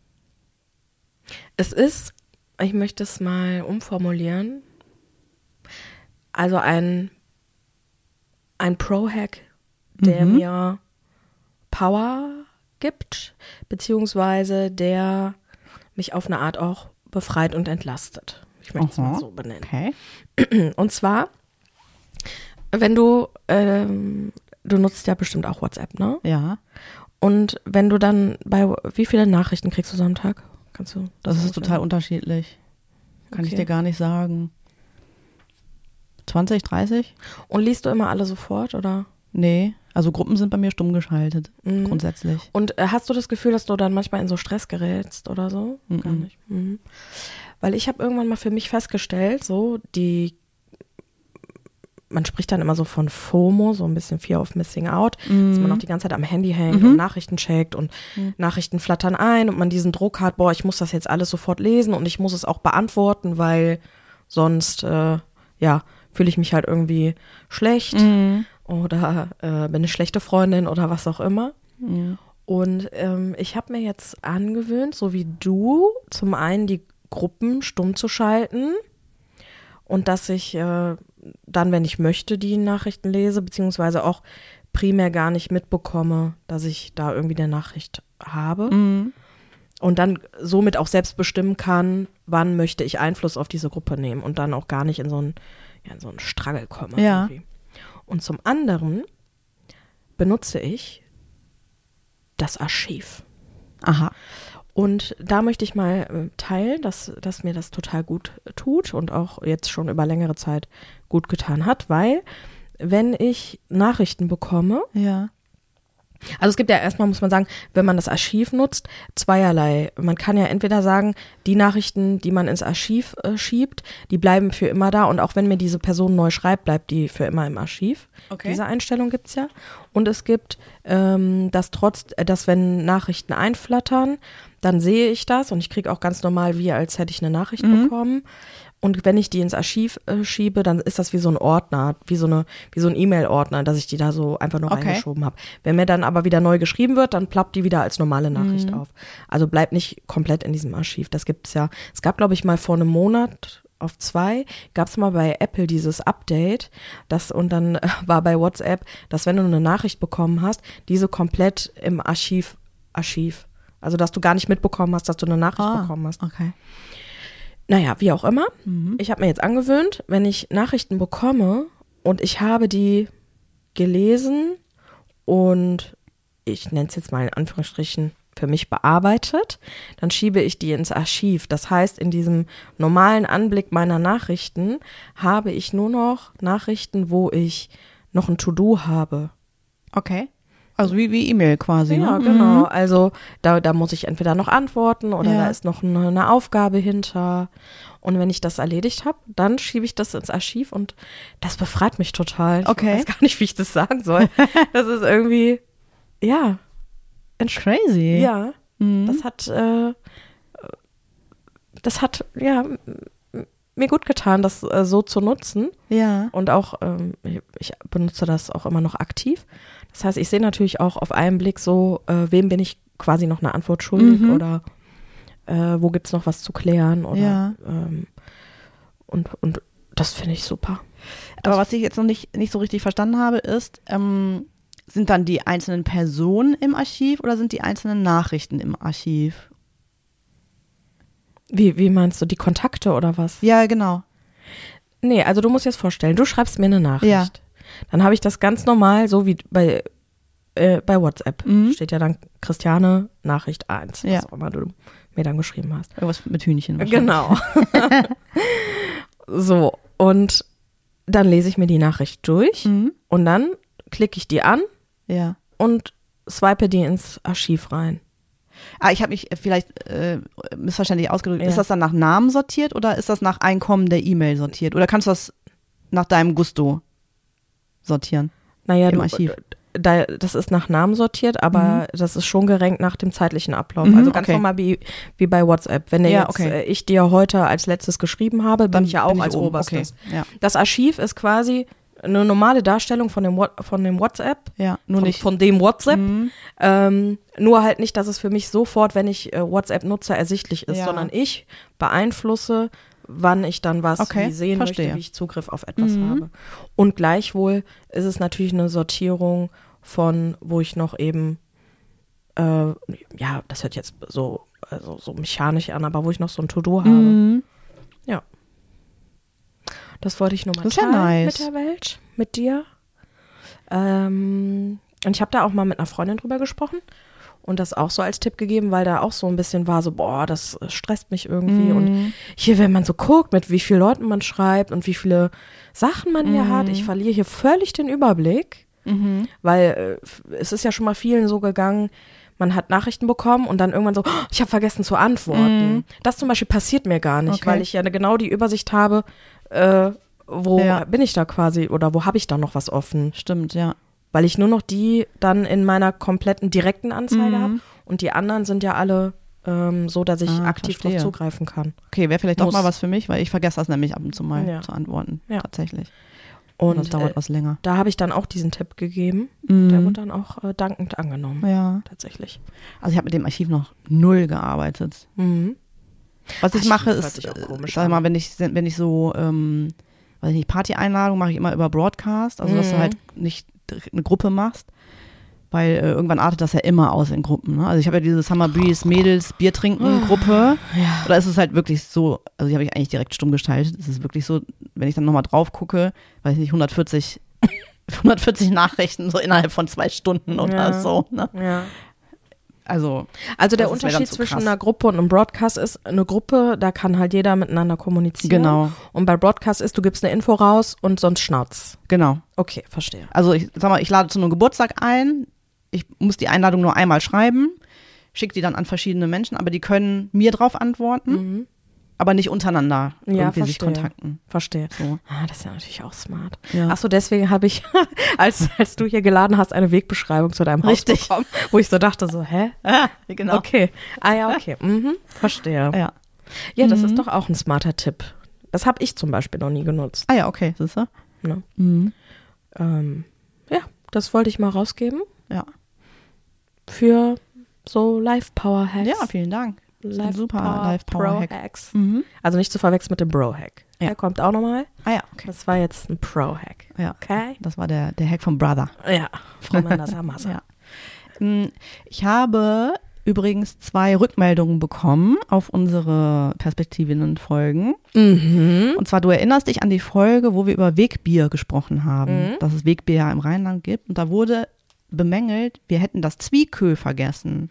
es ist, ich möchte es mal umformulieren, also ein, ein Pro-Hack, der mhm. mir Power gibt, beziehungsweise der mich auf eine Art auch befreit und entlastet. Ich möchte es mal so benennen. Okay. Und zwar, wenn du, ähm, du nutzt ja bestimmt auch WhatsApp, ne? Ja. Und wenn du dann bei, wie viele Nachrichten kriegst du so am Tag? Kannst du das Das ist total unterschiedlich. Kann okay. ich dir gar nicht sagen. zwanzig, dreißig? Und liest du immer alle sofort, oder? Nee, also Gruppen sind bei mir stumm geschaltet, mhm. grundsätzlich. Und äh, hast du das Gefühl, dass du dann manchmal in so Stress gerätst oder so? Mhm. Gar nicht. Mhm. Weil ich habe irgendwann mal für mich festgestellt, so die man spricht dann immer so von FOMO, so ein bisschen Fear of Missing Out, mhm. dass man auch die ganze Zeit am Handy hängt mhm. und Nachrichten checkt und mhm. Nachrichten flattern ein und man diesen Druck hat, boah, ich muss das jetzt alles sofort lesen und ich muss es auch beantworten, weil sonst, äh, ja, fühle ich mich halt irgendwie schlecht mhm. oder äh, bin eine schlechte Freundin oder was auch immer. Mhm. Und ähm, ich habe mir jetzt angewöhnt, so wie du, zum einen die Gruppen stumm zu schalten und dass ich äh, dann, wenn ich möchte, die Nachrichten lese, beziehungsweise auch primär gar nicht mitbekomme, dass ich da irgendwie eine Nachricht habe. Mhm. Und dann somit auch selbst bestimmen kann, wann möchte ich Einfluss auf diese Gruppe nehmen und dann auch gar nicht in so einen, ja, in so einen Struggle komme. Ja. Irgendwie. Und zum anderen benutze ich das Archiv. Aha. Und da möchte ich mal teilen, dass, dass mir das total gut tut und auch jetzt schon über längere Zeit gut getan hat, weil wenn ich Nachrichten bekomme, ja. Also es gibt ja erstmal, muss man sagen, wenn man das Archiv nutzt, zweierlei. Man kann ja entweder sagen, die Nachrichten, die man ins Archiv äh, schiebt, die bleiben für immer da und auch wenn mir diese Person neu schreibt, bleibt die für immer im Archiv. Okay. Diese Einstellung gibt's ja. Und es gibt, ähm, dass trotz, äh, dass wenn Nachrichten einflattern, dann sehe ich das und ich kriege auch ganz normal, wie als hätte ich eine Nachricht Mhm. bekommen. Und wenn ich die ins Archiv äh, schiebe, dann ist das wie so ein Ordner, wie so eine, wie so ein E-Mail-Ordner, dass ich die da so einfach nur Okay. reingeschoben habe. Wenn mir dann aber wieder neu geschrieben wird, dann ploppt die wieder als normale Nachricht Mhm. auf. Also bleibt nicht komplett in diesem Archiv. Das gibt's ja. Es gab, glaube ich, mal vor einem Monat auf zwei, gab es mal bei Apple dieses Update, das und dann äh, war bei WhatsApp, dass wenn du eine Nachricht bekommen hast, diese komplett im Archiv, Archiv. Also dass du gar nicht mitbekommen hast, dass du eine Nachricht Ah, bekommen hast. okay. Naja, wie auch immer. Mhm. Ich habe mir jetzt angewöhnt, wenn ich Nachrichten bekomme und ich habe die gelesen und ich nenne es jetzt mal in Anführungsstrichen für mich bearbeitet, dann schiebe ich die ins Archiv. Das heißt, in diesem normalen Anblick meiner Nachrichten habe ich nur noch Nachrichten, wo ich noch ein To-Do habe. Okay. Also wie, wie E-Mail quasi. Ja, ne? genau. Mhm. Also da, da muss ich entweder noch antworten oder Ja. da ist noch eine, eine Aufgabe hinter. Und wenn ich das erledigt habe, dann schiebe ich das ins Archiv und das befreit mich total. Ich Okay. weiß gar nicht, wie ich das sagen soll. Das ist irgendwie, ja. entsch- Crazy. Ja, Mhm. das hat, äh, das hat, ja, m- mir gut getan, das äh, so zu nutzen. Ja. Und auch, ähm, ich, ich benutze das auch immer noch aktiv. Das heißt, ich sehe natürlich auch auf einen Blick so, äh, wem bin ich quasi noch eine Antwort schuldig Mhm. oder äh, wo gibt's noch was zu klären oder Ja. ähm, und, und das finde ich super. Aber was ich jetzt noch nicht, nicht so richtig verstanden habe, ist, ähm, sind dann die einzelnen Personen im Archiv oder sind die einzelnen Nachrichten im Archiv? Wie, wie meinst du, die Kontakte oder was? Ja, genau. Nee, also du musst dir jetzt vorstellen, du schreibst mir eine Nachricht. Ja. Dann habe ich das ganz normal, so wie bei, äh, bei WhatsApp. Mhm. Steht ja dann Christiane Nachricht eins, Ja. was auch immer du mir dann geschrieben hast. Irgendwas mit Hühnchen. wahrscheinlich. Genau. So, und dann lese ich mir die Nachricht durch Mhm. und dann klicke ich die an Ja. und swipe die ins Archiv rein. Ah, ich habe mich vielleicht äh, missverständlich ausgedrückt. Ja. Ist das dann nach Namen sortiert oder ist das nach Einkommen der E-Mail sortiert? Oder kannst du das nach deinem Gusto sortieren? Naja, Im du, Archiv. Da, das ist nach Namen sortiert, aber das ist schon gerankt nach dem zeitlichen Ablauf. Mhm, also ganz okay. normal wie, wie bei WhatsApp. Wenn der Ja, jetzt, okay. äh, ich dir heute als letztes geschrieben habe, bin ich ja auch bin als oben. oberstes. Okay. Ja. Das Archiv ist quasi eine normale Darstellung von dem, What- von dem WhatsApp. ja, nur von, nicht. von dem WhatsApp. Mhm. Ähm, nur halt nicht, dass es für mich sofort, wenn ich äh, WhatsApp nutze, ersichtlich ist, Ja. sondern ich beeinflusse, wann ich dann was Okay, wie sehen verstehe. möchte, wie ich Zugriff auf etwas Mhm. habe. Und gleichwohl ist es natürlich eine Sortierung von, wo ich noch eben, äh, ja, das hört jetzt so, also so mechanisch an, aber wo ich noch so ein To-Do habe. Mhm. Das wollte ich nur mal Das ist ja teilen nice. mit der Welt, mit dir. Ähm, und ich habe da auch mal mit einer Freundin drüber gesprochen und das auch so als Tipp gegeben, weil da auch so ein bisschen war so, boah, das äh, stresst mich irgendwie. Mhm. Und hier, wenn man so guckt, mit wie vielen Leuten man schreibt und wie viele Sachen man hier Mhm. hat, ich verliere hier völlig den Überblick, Mhm. weil äh, f- es ist ja schon mal vielen so gegangen, man hat Nachrichten bekommen und dann irgendwann so, oh, ich habe vergessen zu antworten. Mhm. Das zum Beispiel passiert mir gar nicht, Okay. weil ich ja genau die Übersicht habe, äh, wo Ja. bin ich da quasi oder wo habe ich da noch was offen? Stimmt, ja. Weil ich nur noch die dann in meiner kompletten direkten Anzeige Mhm. habe und die anderen sind ja alle ähm, so, dass ich Ah, aktiv verstehe. drauf zugreifen kann. Okay, wäre vielleicht doch Muss. mal was für mich, weil ich vergesse das nämlich ab und zu mal Ja. zu antworten. Ja. Tatsächlich. Und das dauert äh, was länger. da habe ich dann auch diesen Tipp gegeben. Mhm. Der wurde dann auch äh, dankend angenommen, Ja. tatsächlich. Also ich habe mit dem Archiv noch null gearbeitet. Mhm. Was ich Archiv mache hört ist, sich auch äh, komisch sag an. mal, wenn ich, wenn ich so, ähm, weiß ich nicht, Party-Einladung mache ich immer über Broadcast, also dass du Mhm. halt nicht eine Gruppe machst, weil äh, irgendwann artet das ja immer aus in Gruppen. Ne? Also ich habe ja diese Summer Breeze Mädels Bier trinken Gruppe. Ja. Oder ist es halt wirklich so, also die habe ich eigentlich direkt stumm gestaltet. Es ist wirklich so, wenn ich dann nochmal drauf gucke, weiß ich nicht, hundertvierzig, hundertvierzig Nachrichten so innerhalb von zwei Stunden oder Ja. so. Ne? Ja. Also Also der Das ist mir dann Unterschied zu zwischen krass. einer Gruppe und einem Broadcast ist, eine Gruppe, da kann halt jeder miteinander kommunizieren. Genau. Und bei Broadcast ist, du gibst eine Info raus und sonst Schnauz. genau. Okay, verstehe. Also ich sag mal, ich lade zu einem Geburtstag ein, ich muss die Einladung nur einmal schreiben, schicke die dann an verschiedene Menschen, aber die können mir drauf antworten, mhm. aber nicht untereinander ja, irgendwie verstehe. sich kontakten. Verstehe. So. Ah, das ist ja natürlich auch smart. Ja. Achso, deswegen habe ich, als, als du hier geladen hast, eine Wegbeschreibung zu deinem Richtig. Haus bekommen, wo ich so dachte, so, hä? Ah, genau. Okay. Ah ja, okay. Mhm. Verstehe. Ja, Ja, das Mhm. ist doch auch ein smarter Tipp. Das habe ich zum Beispiel noch nie genutzt. ah ja, okay, siehst du? Ne? Mhm. Ähm, ja, das wollte ich mal rausgeben Ja. für so Life-Power-Hacks. ja, vielen Dank. Life super Power, Life-Power-Hack. Pro-Hacks. Mhm. Also nicht zu verwechseln mit dem Bro-Hack. Ja. Der kommt auch nochmal. Ah ja, okay. Das war jetzt ein Pro-Hack. Ja. Okay? Das war der, der Hack vom Brother. Ja, Frau Menders-Amasa. Ja. Mm, Ich habe übrigens zwei Rückmeldungen bekommen auf unsere Perspektivinnen-Folgen. Mhm. Und zwar, du erinnerst dich an die Folge, wo wir über Wegbier gesprochen haben, Mhm. dass es Wegbier ja im Rheinland gibt. Und da wurde bemängelt, wir hätten das Zwiekö vergessen.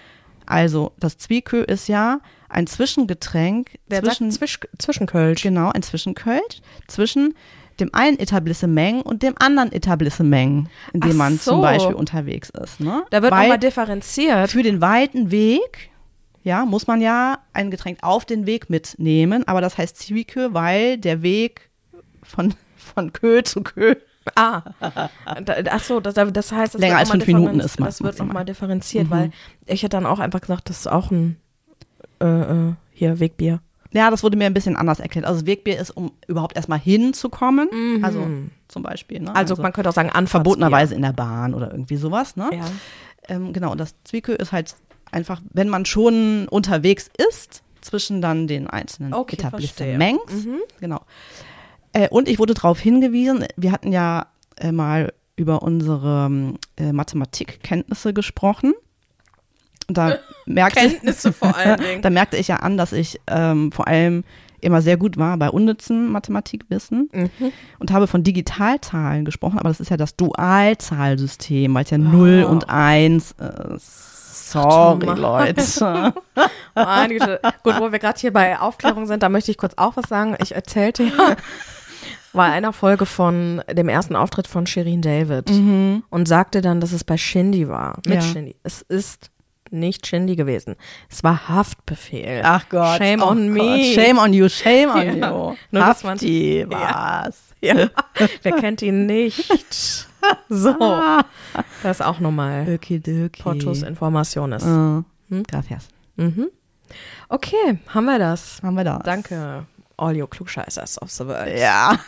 Also, das Zwiekö ist ja ein Zwischengetränk Der zwischen, sagt Zwisch Zwischenkölsch. genau, ein Zwischenkölsch zwischen dem einen Etablissement und dem anderen Etablissement, in dem Ach man so. zum Beispiel unterwegs ist. Ne? Da wird Weil nochmal differenziert. für den weiten Weg, ja, muss man ja ein Getränk auf den Weg mitnehmen, aber das heißt Zwiekö, weil der Weg von, von Kö zu Kö Ah, da, ach so, das, das heißt, das Länger wird als noch mal fünf Minuten differenz- ist man- Das wird maximal. nochmal differenziert, Mhm. weil ich hätte dann auch einfach gesagt, das ist auch ein äh, äh, hier Wegbier. Ja, das wurde mir ein bisschen anders erklärt. Also Wegbier ist, um überhaupt erstmal hinzukommen. Mhm. Also zum Beispiel. Ne? Also, man könnte auch sagen, Anfahrtsbier. verbotenerweise in der Bahn oder irgendwie sowas. Ne? Ja. Ähm, genau, und das Zwiekö ist halt einfach, wenn man schon unterwegs ist, zwischen dann den einzelnen Okay, Etablissements. verstehe. Mhm. Genau. Äh, und ich wurde darauf hingewiesen, wir hatten ja äh, mal über unsere äh, Mathematikkenntnisse gesprochen. Und da merkte Kenntnisse vor allen Dingen. Da merkte ich ja an, dass ich ähm, vor allem immer sehr gut war bei unnützen Mathematikwissen Mhm. und habe von Digitalzahlen gesprochen, aber das ist ja das Dualzahlsystem, weil es ja null Oh. und eins ist. Sorry, Mann. Leute. Meine Güte. Gut, wo wir gerade hier bei Aufklärung sind, da möchte ich kurz auch was sagen. Ich erzählte ja bei einer Folge von dem ersten Auftritt von Shirin David Mhm. und sagte dann, dass es bei Shindy war. Mit Ja. Shindy. Es ist nicht Shindy gewesen. Es war Haftbefehl. Ach Gott. Shame oh on Gott. me. Shame on you, shame on Ja. you. Nur, dass man- Hafti, Ja. was? Ja. Wer kennt ihn nicht? So. Das ist auch nochmal Okidoki. Portos Informationes. Äh, Hm? Gracias. Mhm. Okay, haben wir das. Haben wir das. Danke, all you Klugscheißers of the world. Ja.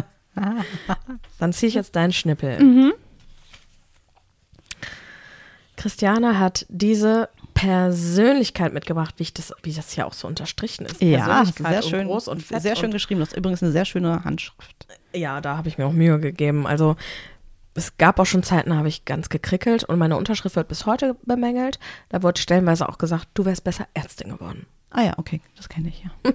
Dann ziehe ich jetzt deinen Schnippel. Mhm. Christiane hat diese Persönlichkeit mitgebracht, wie ich das, wie das hier auch so unterstrichen ist. Ja, hast du Persönlichkeit sehr und schön, groß und fett sehr schön und, geschrieben. Das ist übrigens eine sehr schöne Handschrift. Ja, da habe ich mir auch Mühe gegeben. Also es gab auch schon Zeiten, da habe ich ganz gekrickelt und meine Unterschrift wird bis heute bemängelt. Da wurde stellenweise auch gesagt, du wärst besser Ärztin geworden. Ah ja, okay, das kenne ich ja.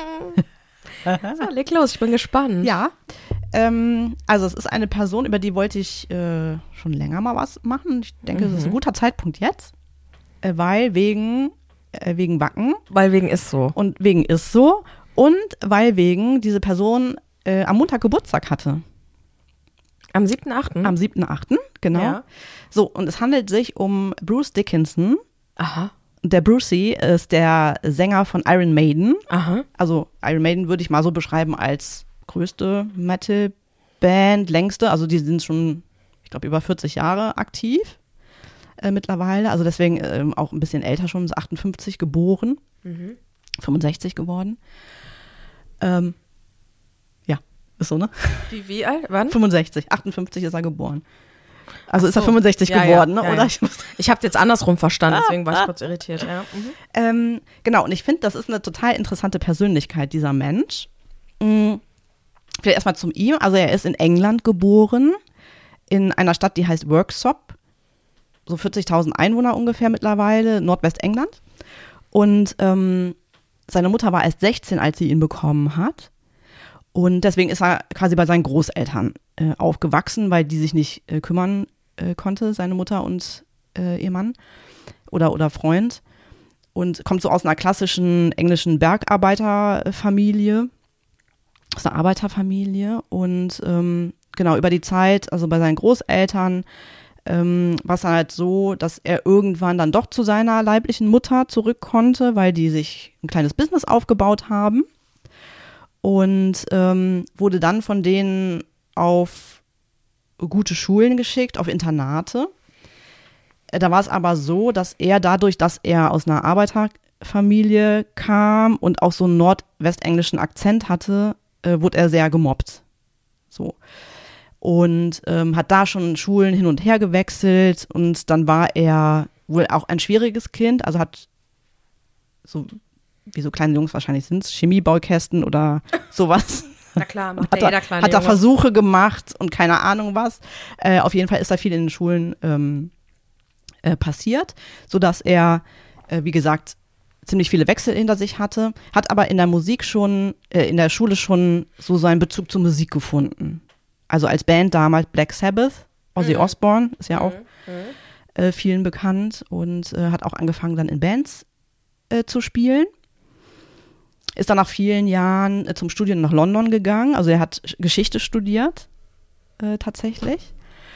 So, leg los, ich bin gespannt. Ja, ähm, also es ist eine Person, über die wollte ich äh, schon länger mal was machen. Ich denke, es ist ein guter Zeitpunkt jetzt, äh, weil wegen, äh, wegen Wacken Weil wegen ist so. und wegen ist so und weil wegen diese Person äh, am Montag Geburtstag hatte. Am siebten achten Am siebten achten genau. Ja. So, und es handelt sich um Bruce Dickinson. Aha, Der Brucey ist der Sänger von Iron Maiden. aha. Also Iron Maiden würde ich mal so beschreiben als größte Metal-Band, längste. Also die sind schon, ich glaube, über vierzig Jahre aktiv äh, mittlerweile. Also deswegen ähm, auch ein bisschen älter schon, ist achtundfünfzig geboren, Mhm. fünfundsechzig geworden. Ähm, ja, ist so, ne? Wie, wie alt? Wann? fünfundsechzig, achtundfünfzig ist er geboren. Also Ach ist er so. fünfundsechzig Ja, geworden, ja, ne? ja, Oder? ja. Ich muss Ich habe jetzt andersrum verstanden, deswegen war ich kurz irritiert. Ja. Mhm. Ähm, genau, und ich finde, das ist eine total interessante Persönlichkeit, dieser Mensch. Mhm. Vielleicht erstmal zum ihm. Also er ist in England geboren, in einer Stadt, die heißt Worksop. So vierzigtausend Einwohner ungefähr mittlerweile, Nordwestengland. Und ähm, seine Mutter war erst sechzehn, als sie ihn bekommen hat. Und deswegen ist er quasi bei seinen Großeltern äh, aufgewachsen, weil die sich nicht äh, kümmern äh, konnte, seine Mutter und äh, ihr Mann oder, oder Freund. Und kommt so aus einer klassischen englischen Bergarbeiterfamilie, aus einer Arbeiterfamilie. Und ähm, genau, über die Zeit, also bei seinen Großeltern, Ähm, was halt so, dass er irgendwann dann doch zu seiner leiblichen Mutter zurück konnte, weil die sich ein kleines Business aufgebaut haben. Und ähm, wurde dann von denen auf gute Schulen geschickt, auf Internate. Da war es aber so, dass er dadurch, dass er aus einer Arbeiterfamilie kam und auch so einen nordwestenglischen Akzent hatte, äh, wurde er sehr gemobbt. So. Und ähm, hat da schon Schulen hin und her gewechselt und dann war er wohl auch ein schwieriges Kind, also hat so, wie so kleine Jungs wahrscheinlich sind es, Chemiebaukästen oder sowas. Na klar, macht hat ja er, jeder kleine Hat er Junge. Versuche gemacht und keine Ahnung was. Äh, auf jeden Fall ist da viel in den Schulen ähm, äh, passiert, sodass er, äh, wie gesagt, ziemlich viele Wechsel hinter sich hatte, hat aber in der Musik schon, äh, in der Schule schon so seinen Bezug zur Musik gefunden. Also als Band damals Black Sabbath, Ozzy Mhm. Osbourne ist ja auch Mhm. äh, vielen bekannt und äh, hat auch angefangen dann in Bands äh, zu spielen. Ist dann nach vielen Jahren äh, zum Studium nach London gegangen, also er hat Geschichte studiert äh, tatsächlich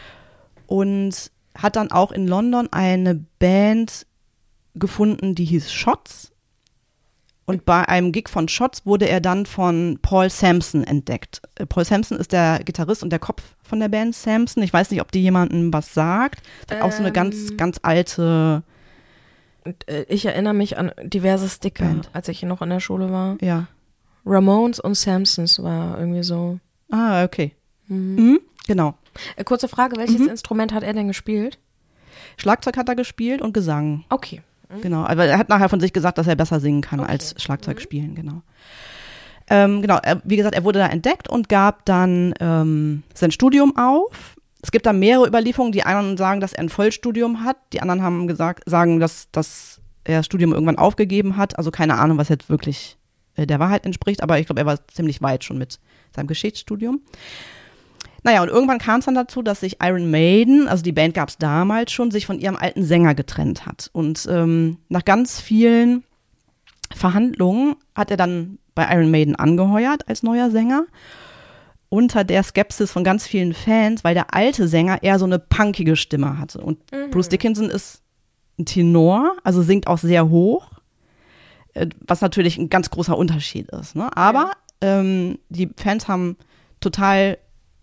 und hat dann auch in London eine Band gefunden, die hieß Shots. Und bei einem Gig von Shots wurde er dann von Paul Sampson entdeckt. Äh, Paul Sampson ist der Gitarrist und der Kopf von der Band Sampson. Ich weiß nicht, ob die jemandem was sagt. Hat auch so eine ganz, Ähm. ganz alte, Und, äh, ich erinnere mich an diverse Sticker, Band. als ich noch in der Schule war. ja. Ramones und Samsons war irgendwie so. Ah, okay. Mhm. Mhm, genau. Äh, kurze Frage, welches Mhm. Instrument hat er denn gespielt? Schlagzeug hat er gespielt und Gesang. Okay. Genau, aber er hat nachher von sich gesagt, dass er besser singen kann Okay. als Schlagzeug Mhm. spielen, genau. Ähm, genau, er, wie gesagt, er wurde da entdeckt und gab dann ähm, sein Studium auf. Es gibt da mehrere Überlieferungen. Die einen sagen, dass er ein Vollstudium hat. Die anderen haben gesagt, sagen, dass, dass er das Studium irgendwann aufgegeben hat. Also keine Ahnung, was jetzt wirklich äh, der Wahrheit entspricht. Aber ich glaube, er war ziemlich weit schon mit seinem Geschichtsstudium. Naja, und irgendwann kam es dann dazu, dass sich Iron Maiden, also die Band gab es damals schon, sich von ihrem alten Sänger getrennt hat. Und ähm, nach ganz vielen Verhandlungen hat er dann bei Iron Maiden angeheuert als neuer Sänger. Unter der Skepsis von ganz vielen Fans, weil der alte Sänger eher so eine punkige Stimme hatte. Und Mhm. Bruce Dickinson ist ein Tenor, also singt auch sehr hoch, äh, was natürlich ein ganz großer Unterschied ist. Ne? Aber ähm, die Fans haben total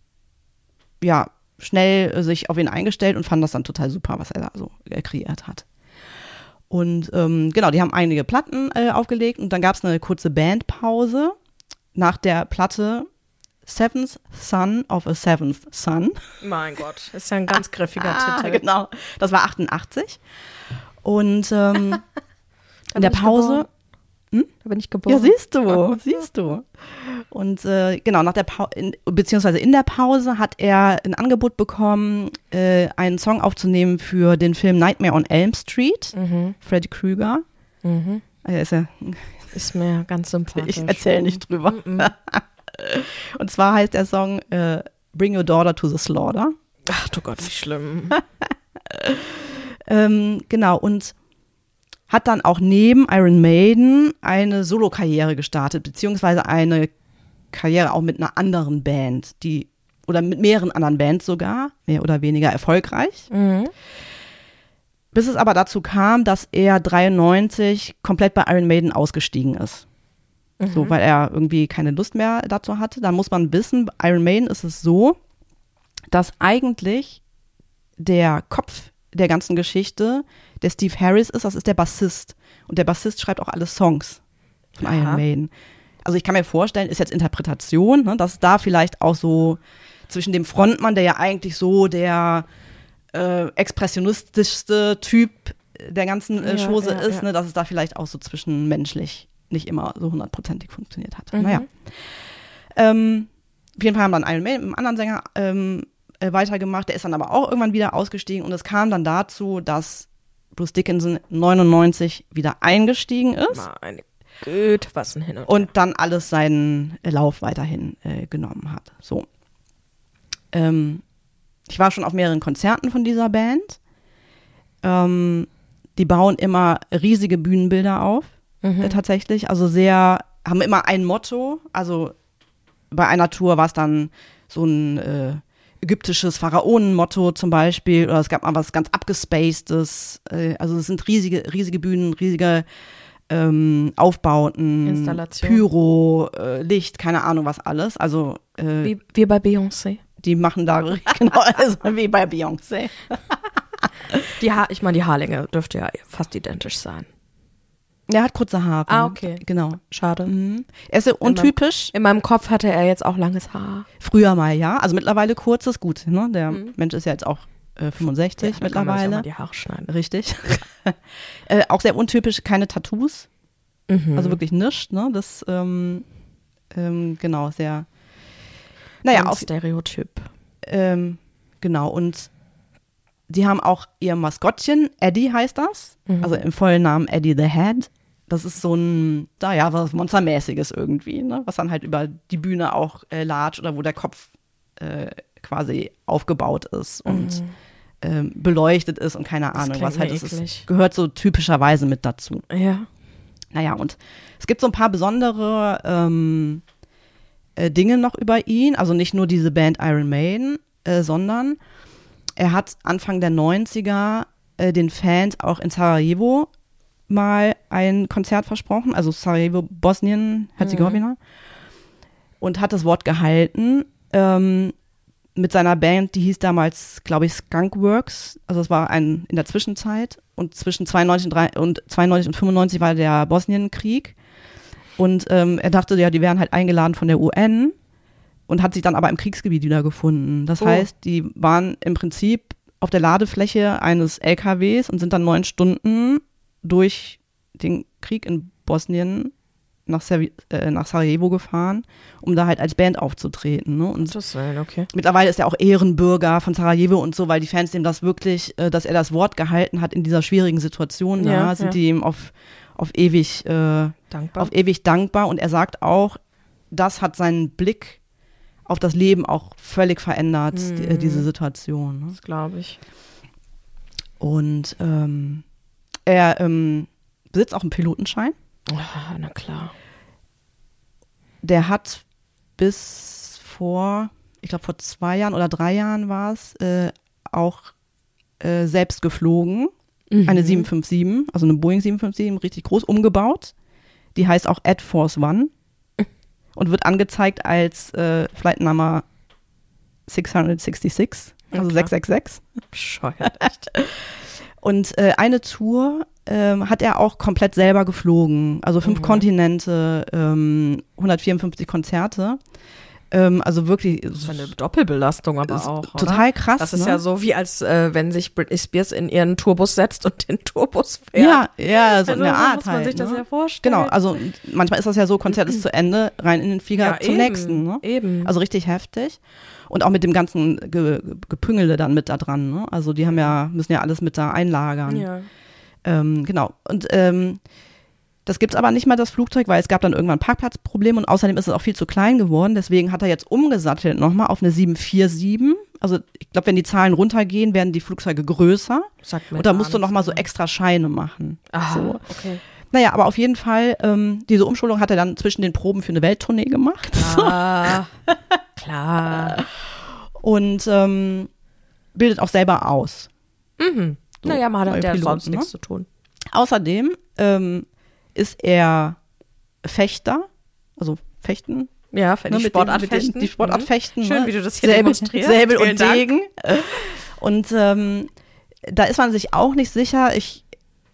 ja, schnell äh, sich auf ihn eingestellt und fanden das dann total super, was er da so äh, kreiert hat. Und ähm, genau, die haben einige Platten äh, aufgelegt und dann gab es eine kurze Bandpause nach der Platte Seventh Son of a Seventh Son. Mein Gott, ist ja ein ganz griffiger Ah, Titel. genau, das war achtundachtzig. Und ähm, Da in der bin ich Pause, geboren. Da bin ich geboren. ja, siehst du, siehst du. Und äh, genau, nach der pa- in, beziehungsweise in der Pause hat er ein Angebot bekommen, äh, einen Song aufzunehmen für den Film Nightmare on Elm Street, Mhm. Freddy Krueger. Mhm. Er ist ja, Ist mir ganz sympathisch. ich erzähle nicht drüber. Mhm. Und zwar heißt der Song äh, Bring Your Daughter to the Slaughter. Ach du Gott, wie schlimm. Ähm, genau, und hat dann auch neben Iron Maiden eine Solokarriere gestartet, beziehungsweise eine Karriere auch mit einer anderen Band, die, oder mit mehreren anderen Bands sogar, mehr oder weniger erfolgreich. Mhm. Bis es aber dazu kam, dass er dreiundneunzig komplett bei Iron Maiden ausgestiegen ist. So, weil er irgendwie keine Lust mehr dazu hatte. Da muss man wissen, bei Iron Maiden ist es so, dass eigentlich der Kopf der ganzen Geschichte der Steve Harris ist, das ist der Bassist. Und der Bassist schreibt auch alle Songs von Aha. Iron Maiden. Also ich kann mir vorstellen, ist jetzt Interpretation, ne, dass da vielleicht auch so zwischen dem Frontmann, der ja eigentlich so der äh, expressionistischste Typ der ganzen äh, Ja, Chose ja, ist, ja. Ne, dass es da vielleicht auch so zwischenmenschlich nicht immer so hundertprozentig funktioniert hat. Mhm. Naja. Ähm, auf jeden Fall haben dann Iron Maiden mit einem anderen Sänger ähm, äh, weitergemacht. Der ist dann aber auch irgendwann wieder ausgestiegen und es kam dann dazu, dass Bruce Dickinson neunundneunzig wieder eingestiegen ist Meine Güte, was ein Hin und, und dann alles seinen Lauf weiterhin äh, genommen hat. So. Ähm, ich war schon auf mehreren Konzerten von dieser Band. Ähm, die bauen immer riesige Bühnenbilder auf, Mhm. äh, tatsächlich. Also sehr, haben immer ein Motto. Also bei einer Tour war es dann so ein äh, ägyptisches Pharaonenmotto zum Beispiel, oder es gab mal was ganz abgespacedes, äh, also es sind riesige, riesige Bühnen, riesige ähm, Aufbauten, Installation. Pyro, äh, Licht, keine Ahnung was alles, also äh, Wie, wie bei Beyoncé. die machen da genau also wie bei Beyoncé. Die ha- ich meine, die Haarlänge dürfte ja fast identisch sein. Er hat kurze Haare. Ah, okay. Genau. Schade. Mhm. Er ist sehr untypisch. In meinem Kopf hatte er jetzt auch langes Haar. Früher mal, ja. Also mittlerweile kurzes, gut. Ne? Der Mhm. Mensch ist ja jetzt auch äh, fünfundsechzig Ja, da kann man sich auch mittlerweile. mal die Haare schneiden. Richtig. äh, auch sehr untypisch, keine Tattoos. Mhm. Also wirklich nichts. Ne? Das, ähm, ähm, genau, sehr. Naja, Ein auf, Stereotyp. ähm, genau. Und die haben auch ihr Maskottchen, Eddie heißt das. Mhm. Also im vollen Namen Eddie the Head. Das ist so ein, da ja, was Monstermäßiges irgendwie, ne? Was dann halt über die Bühne auch äh, latscht oder wo der Kopf äh, quasi aufgebaut ist und Mhm. ähm, beleuchtet ist und keine Das Ahnung, klingt was halt mir ist. Es eklig. gehört so typischerweise mit dazu. Ja. Naja, und es gibt so ein paar besondere ähm, äh, Dinge noch über ihn, also nicht nur diese Band Iron Maiden, äh, sondern er hat Anfang der neunziger äh, den Fans auch in Sarajevo mal ein Konzert versprochen, also Sarajevo, Bosnien, Herzegowina, mhm. und hat das Wort gehalten ähm, mit seiner Band, die hieß damals, glaube ich, Skunkworks, also es war ein in der Zwischenzeit und zwischen zweiundneunzig und, drei, und, zweiundneunzig und fünfundneunzig war der Bosnienkrieg und ähm, er dachte, ja, die wären halt eingeladen von der U N und hat sich dann aber im Kriegsgebiet wiedergefunden. Das Oh. heißt, die waren im Prinzip auf der Ladefläche eines L K Ws und sind dann neun Stunden durch den Krieg in Bosnien nach, Servi- äh, nach Sarajevo gefahren, um da halt als Band aufzutreten. Ne? Und Das ist okay. mittlerweile ist er auch Ehrenbürger von Sarajevo und so, weil die Fans dem das wirklich, äh, dass er das Wort gehalten hat in dieser schwierigen Situation, Ja, da sind ja. die ihm auf, auf, ewig, äh, Dankbar. auf ewig dankbar. Und er sagt auch, das hat seinen Blick auf das Leben auch völlig verändert, Mhm. die, äh, diese Situation. Ne? Das glaube ich. Und ähm, er ähm, besitzt auch einen Pilotenschein. Ah, na klar. Der hat bis vor, ich glaube vor zwei Jahren oder drei Jahren war es, äh, auch äh, selbst geflogen. Mhm. Eine sieben fünf sieben, also eine Boeing sieben fünf sieben, richtig groß umgebaut. Die heißt auch Air Force One und wird angezeigt als äh, Flight Number sechshundertsechsundsechzig, also Ja, klar. sechs sechs sechs. Bescheuert. Echt. Und äh, eine Tour ähm, hat er auch komplett selber geflogen. Also fünf Mhm. Kontinente, ähm, hundertvierundfünfzig Konzerte. Ähm, also wirklich Das ist eine Doppelbelastung aber ist auch, total oder? krass. Das ist ne? ja so, wie als äh, wenn sich Britney Spears in ihren Tourbus setzt und den Tourbus fährt. Ja, ja, so also, in der so Art muss man halt. sich das ne? ja vorstellen. Genau, also manchmal ist das ja so, Konzert ist zu Ende, rein in den Flieger ja, zum eben, nächsten. Ne? Eben. Also richtig heftig. Und auch mit dem ganzen Ge Gepüngele dann mit da dran. Ne? Also die haben ja, müssen ja alles mit da einlagern. ja. Ähm, genau. Und ähm, das gibt's aber nicht mal, das Flugzeug, weil es gab dann irgendwann Parkplatzprobleme und außerdem ist es auch viel zu klein geworden. Deswegen hat er jetzt umgesattelt nochmal auf eine sieben vier sieben. Also ich glaube, wenn die Zahlen runtergehen, werden die Flugzeuge größer. Sagt mir Und da gar musst du nichts. nochmal so extra Scheine machen. Ah, So. okay. Naja, aber auf jeden Fall, ähm, diese Umschulung hat er dann zwischen den Proben für eine Welttournee gemacht. Ah, klar. Und ähm, bildet auch selber aus. Mhm. So, naja, man neue hat ja Piloten, sonst ne? nichts zu tun. Außerdem ähm, ist er Fechter, also Fechten. Ja, für ne, die mit Sportart den, mit den, fechten. Die Sportart Mhm. fechten. Schön, ne? wie du das hier Säbel, demonstrierst. Säbel Vielen und Dank. Degen. Und ähm, da ist man sich auch nicht sicher, ich,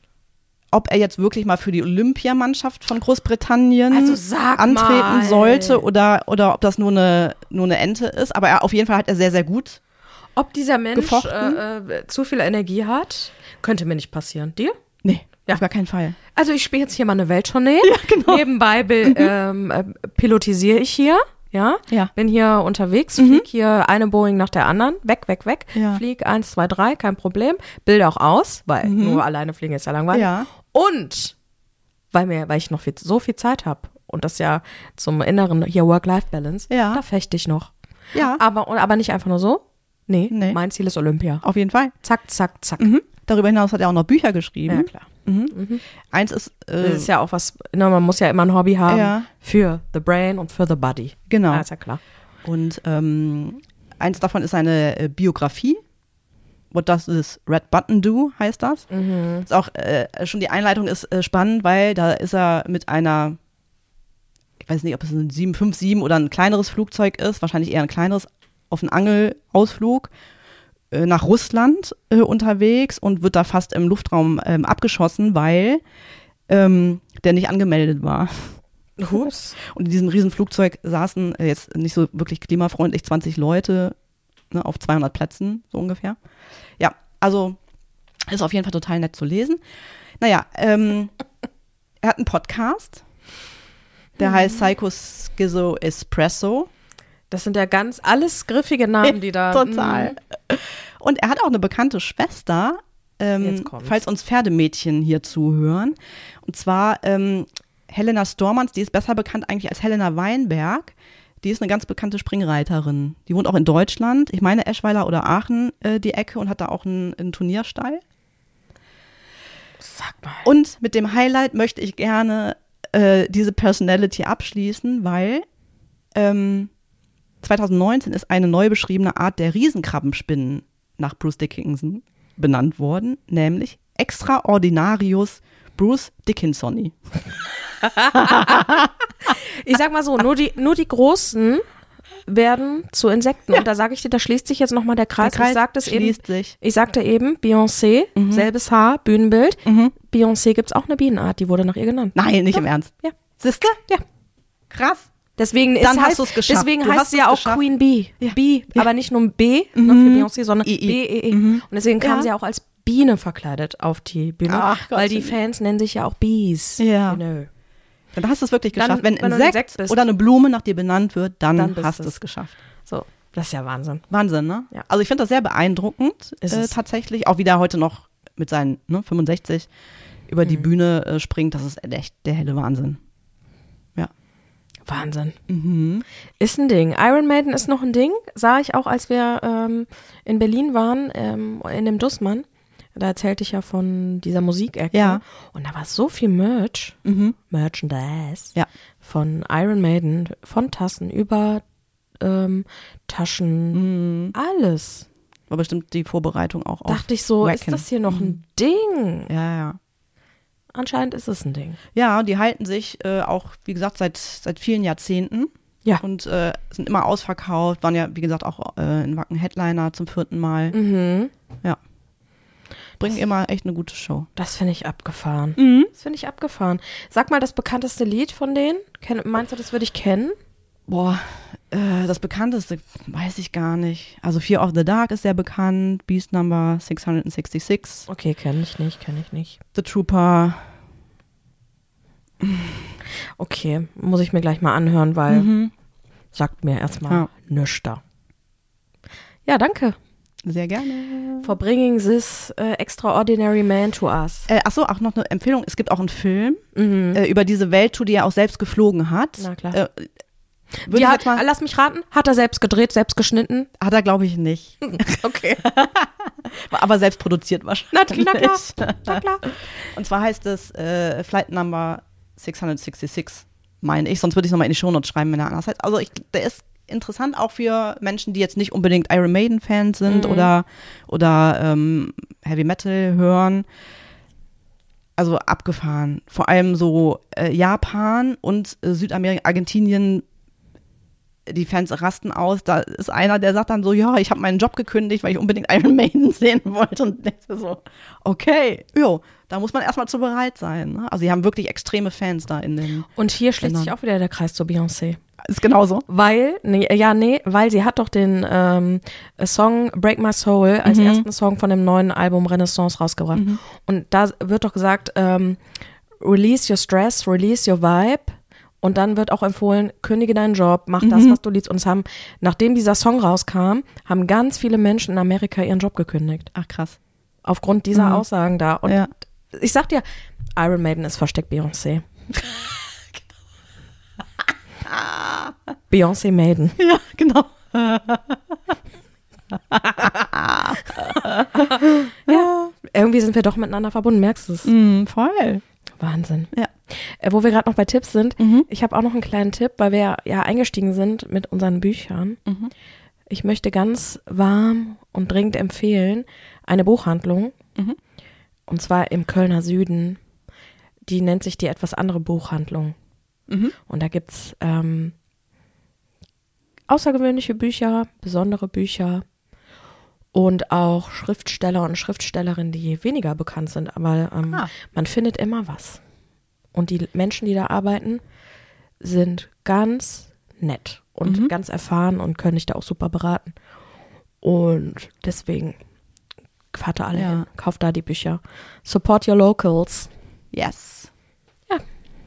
ob er jetzt wirklich mal für die Olympiamannschaft von Großbritannien Also sag antreten mal. sollte oder, oder ob das nur eine, nur eine Ente ist. Aber er, auf jeden Fall hat er sehr, sehr gut. Ob dieser Mensch Gefochten? äh, äh, zu viel Energie hat, könnte mir nicht passieren. Dir? Nee, Ja. auf gar keinen Fall. Also ich spiele jetzt hier mal eine Welttournee. Ja, genau. Nebenbei be- ähm, äh, pilotisiere ich hier. Ja, Ja. bin hier unterwegs, Mhm. flieg hier eine Boeing nach der anderen, weg, weg, weg, Ja. flieg eins, zwei, drei, kein Problem, bilde auch aus, weil Mhm. nur alleine fliegen ist ja langweilig. Ja. Und weil mir, weil ich noch viel, so viel Zeit habe und das ja zum inneren hier Work-Life-Balance, Ja. da fechte ich noch. Ja, Aber, aber nicht einfach nur so. Nee, Nee. mein Ziel ist Olympia. auf jeden Fall. Zack, zack, zack. Mhm. Darüber hinaus hat er auch noch Bücher geschrieben. Ja, klar. Mhm. Eins ist, äh, Das ist ja auch was, ne, man muss ja immer ein Hobby haben Ja. für the brain und für the body. genau. Ja, ist ja klar. Und ähm, eins davon ist eine äh, Biografie. What Does This Red Button Do, heißt das. Mhm. Ist auch, äh, schon die Einleitung ist äh, spannend, weil da ist er mit einer, ich weiß nicht, ob es ein sieben fünf sieben oder ein kleineres Flugzeug ist, wahrscheinlich eher ein kleineres, auf einen Angelausflug äh, nach Russland äh, unterwegs und wird da fast im Luftraum ähm, abgeschossen, weil ähm, der nicht angemeldet war. Ups. Und in diesem riesen Flugzeug saßen äh, jetzt nicht so wirklich klimafreundlich zwanzig Leute, ne, auf zweihundert Plätzen, so ungefähr. Ja, also ist auf jeden Fall total nett zu lesen. Naja, ähm, er hat einen Podcast, der mhm. heißt Psycho Schizo Espresso. Das sind ja ganz alles griffige Namen, die da. Total. Mh. Und er hat auch eine bekannte Schwester, ähm, falls uns Pferdemädchen hier zuhören. Und zwar ähm, Helena Stormans, die ist besser bekannt eigentlich als Helena Weinberg. Die ist eine ganz bekannte Springreiterin. Die wohnt auch in Deutschland. Ich meine Eschweiler oder Aachen, äh, die Ecke, und hat da auch einen, einen Turnierstall. Sag mal. Und mit dem Highlight möchte ich gerne äh, diese Personality abschließen, weil ähm, zwanzig neunzehn ist eine neu beschriebene Art der Riesenkrabbenspinnen nach Bruce Dickinson benannt worden, nämlich Extraordinarius Bruce Dickinsoni. Ich sag mal so, nur die, nur die Großen werden zu Insekten. Ja. Und da sage ich dir, da schließt sich jetzt nochmal der Kreis. Der Kreis ich sagte es eben, sich. Ich sagte eben, Beyoncé, mhm. selbes Haar, Bühnenbild. Mhm. Beyoncé gibt es auch eine Bienenart, die wurde nach ihr genannt. Nein, nicht ja. im Ernst. Ja. Siehste? Ja. Krass. Deswegen ist Dann heißt, hast du es geschafft. Deswegen du heißt sie ja auch geschafft. Queen Bee. Ja. Bee, ja. aber nicht nur B mhm. noch für Beyoncé, sondern I, I. B E E. Mhm. Und deswegen kam ja. sie auch als Biene verkleidet auf die Bühne, Ach, weil die Fans nennen sich ja auch Bees. Ja. You know. Dann hast du es wirklich geschafft. Dann, wenn ein wenn Insekt, Insekt oder eine Blume nach dir benannt wird, dann, dann hast du es. es geschafft. So, das ist ja Wahnsinn. Wahnsinn, ne? Ja. Also ich finde das sehr beeindruckend, Ist äh, es. tatsächlich. Auch wie der heute noch mit seinen ne, fünfundsechzig über mhm. die Bühne äh, springt, das ist echt der helle Wahnsinn. Ja. Wahnsinn. Mhm. Ist ein Ding. Iron Maiden ist noch ein Ding. Sah ich auch, als wir ähm, in Berlin waren, ähm, in dem Dussmann. Da erzählte ich ja von dieser Musikecke. Ja. Und da war so viel Merch, Mhm. Merchandise Ja. von Iron Maiden, von Tassen über ähm, Taschen, Mhm. alles. War bestimmt die Vorbereitung auch auf Dachte ich so, Wacken. ist das hier noch Mhm. ein Ding? Ja, ja. Anscheinend ist es ein Ding. Ja, die halten sich äh, auch, wie gesagt, seit, seit vielen Jahrzehnten. Ja. Und äh, sind immer ausverkauft, waren ja, wie gesagt, auch äh, in Wacken Headliner zum vierten Mal. Mhm. Ja. Bringen immer echt eine gute Show. Das finde ich abgefahren. Mhm. Das finde ich abgefahren. Sag mal, das bekannteste Lied von denen? Ken, meinst du, das würde ich kennen? Boah, äh, das bekannteste weiß ich gar nicht. Also Fear of the Dark ist sehr bekannt, Beast Number sechshundertsechsundsechzig, Okay, kenne ich nicht, kenne ich nicht. The Trooper. Okay, muss ich mir gleich mal anhören, weil Mhm. sagt mir erstmal Ja. nichts da. Ja, danke. Sehr gerne. For bringing this uh, extraordinary man to us. Äh, achso, auch noch eine Empfehlung. Es gibt auch einen Film Mhm. äh, über diese Welttour, die er auch selbst geflogen hat. Na klar. Äh, würde Die ich hat, jetzt mal, lass mich raten, hat er selbst gedreht, selbst geschnitten? hat er, glaube ich, nicht. Okay. Aber selbst produziert Na, wahrscheinlich. na klar, na klar. Und zwar heißt es äh, Flight Number sechshundertsechsundsechzig, meine ich. Sonst würde ich es nochmal in die Shownotes schreiben, wenn er anders heißt. Also ich, der ist interessant auch für Menschen, die jetzt nicht unbedingt Iron Maiden-Fans sind Mhm. oder, oder ähm, Heavy Metal hören. Also abgefahren. Vor allem so äh, Japan und äh, Südamerika, Argentinien, die Fans rasten aus. Da ist einer, der sagt dann so, ja, ich habe meinen Job gekündigt, weil ich unbedingt Iron Maiden sehen wollte. Und denkst du so, okay, jo, da muss man erstmal zu bereit sein. Ne? Also die haben wirklich extreme Fans da in den, Und hier schließt Genau. sich auch wieder der Kreis zu Beyoncé. ist genauso. Weil, nee, ja, nee, weil sie hat doch den ähm, Song Break My Soul als Mhm. ersten Song von dem neuen Album Renaissance rausgebracht. Mhm. Und da wird doch gesagt, ähm, release your stress, release your vibe. Und dann wird auch empfohlen, kündige deinen Job, mach das, Mhm. was du liebst. Und es haben, nachdem dieser Song rauskam, haben ganz viele Menschen in Amerika ihren Job gekündigt. Ach krass. Aufgrund dieser Mhm. Aussagen da. Und Ja. ich sag dir, Iron Maiden ist versteckt Beyoncé. Beyoncé Maiden. Ja, genau. Ja. Irgendwie sind wir doch miteinander verbunden, merkst du es? Mm, voll. Wahnsinn. Ja. Äh, wo wir gerade noch bei Tipps sind, Mhm. ich habe auch noch einen kleinen Tipp, weil wir ja eingestiegen sind mit unseren Büchern. Mhm. ich möchte ganz warm und dringend empfehlen, eine Buchhandlung, Mhm. und zwar im Kölner Süden. Die nennt sich die etwas andere Buchhandlung. Mhm. Und da gibt's ähm, außergewöhnliche Bücher, besondere Bücher und auch Schriftsteller und Schriftstellerinnen, die weniger bekannt sind, aber ähm, Ah. man findet immer was. Und die Menschen, die da arbeiten, sind ganz nett und Mhm. ganz erfahren und können dich da auch super beraten. Und deswegen fahrt da alle Ja. hin, kauft da die Bücher. Support your locals. Yes. Ja.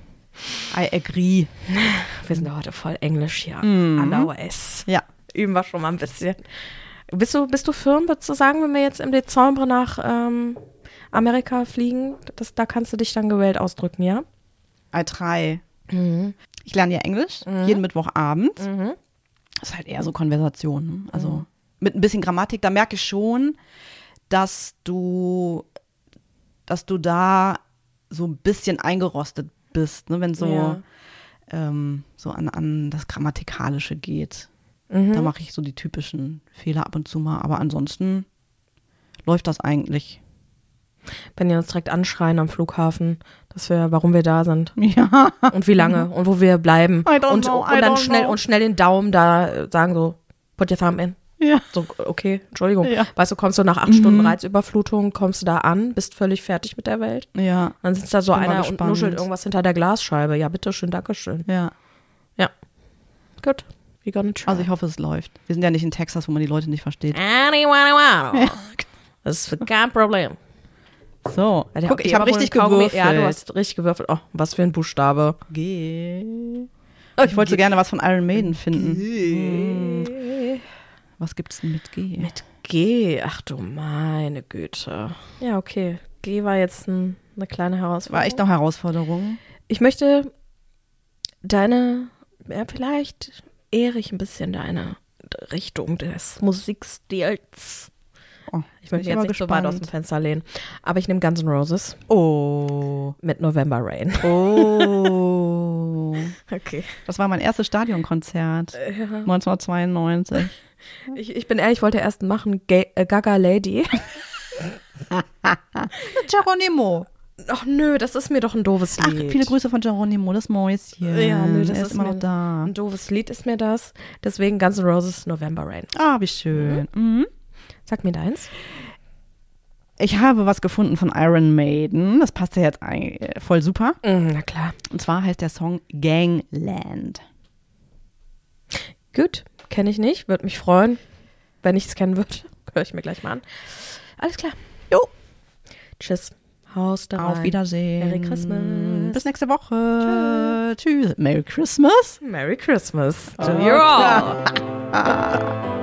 I agree. Wir sind ja heute voll Englisch hier. Mhm. Otherwise. Ja. Üben wir schon mal ein bisschen. Bist du, bist du firm, würdest du sagen, wenn wir jetzt im Dezember nach ähm, Amerika fliegen, das, da kannst du dich dann gewählt ausdrücken, ja? I try. Mhm. Ich lerne ja Englisch, Mhm. jeden Mittwochabend. Mhm. Das ist halt eher so Konversation. Ne? Also Mhm. mit ein bisschen Grammatik, da merke ich schon, dass du, dass du da so ein bisschen eingerostet bist, ne? Wenn so, Ja. ähm, so an, an das Grammatikalische geht. Mhm. Da mache ich so die typischen Fehler ab und zu mal, aber ansonsten läuft das eigentlich. Wenn die uns direkt anschreien am Flughafen, dass wir, warum wir da sind Ja. und wie lange und wo wir bleiben. I don't und, know, I und dann don't schnell know. und schnell den Daumen da äh, sagen so, put your thumb in. Ja. So, okay, Entschuldigung. Ja. Weißt du, kommst du nach acht Mhm. Stunden Reizüberflutung, kommst du da an, bist völlig fertig mit der Welt. Ja. Dann sitzt da so Bin mal einer und gespannt. nuschelt irgendwas hinter der Glasscheibe. Ja, bitteschön, dankeschön. Ja. Gut, we gonna try. Also ich hoffe, es läuft. Wir sind ja nicht in Texas, wo man die Leute nicht versteht. Anyway, das ist kein Problem. So, Weil der- guck, okay, ich habe aber wohl richtig ein Kaugummi- gewürfelt. Ja, du hast richtig gewürfelt. Oh, was für ein Buchstabe. G. Ich wollte so gerne was von Iron Maiden finden. Hm. Was gibt's denn mit G? Mit G, ach du meine Güte. Ja, okay. G war jetzt ein, eine kleine Herausforderung. War echt noch Herausforderung. Ich möchte deine, ja, vielleicht ehre ich ein bisschen deine Richtung des Musikstils. Oh, Ich möchte bin jetzt aber nicht so weit aus dem gespannt. Fenster lehnen. Aber ich nehme Guns N' Roses Oh. mit November Rain. Oh. Okay. Das war mein erstes Stadionkonzert. Ja. neunzehnhundertzweiundneunzig. Ich, ich bin ehrlich, ich wollte erst machen Ga äh, Gaga Lady. Geronimo. Ach nö, das ist mir doch ein doofes Ach, Lied. viele Grüße von Geronimo, das Mäuschen. Ja, nö, das er ist ist immer mir- noch da. Ein doofes Lied ist mir das. Deswegen Guns N' Roses November Rain. Ah, wie schön. Mhm. Sag mir deins. Ich habe was gefunden von Iron Maiden. Das passt ja jetzt eigentlich voll super. Mm, na klar. Und zwar heißt der Song Gangland. Gut, kenne ich nicht. Würde mich freuen, wenn ich es kennen würde. Höre ich mir gleich mal an. Alles klar. Jo. Tschüss. Haus da Auf rein. Wiedersehen. Merry Christmas. Bis nächste Woche. Tschüss. Merry Christmas. Merry Christmas to Oh, you all. klar.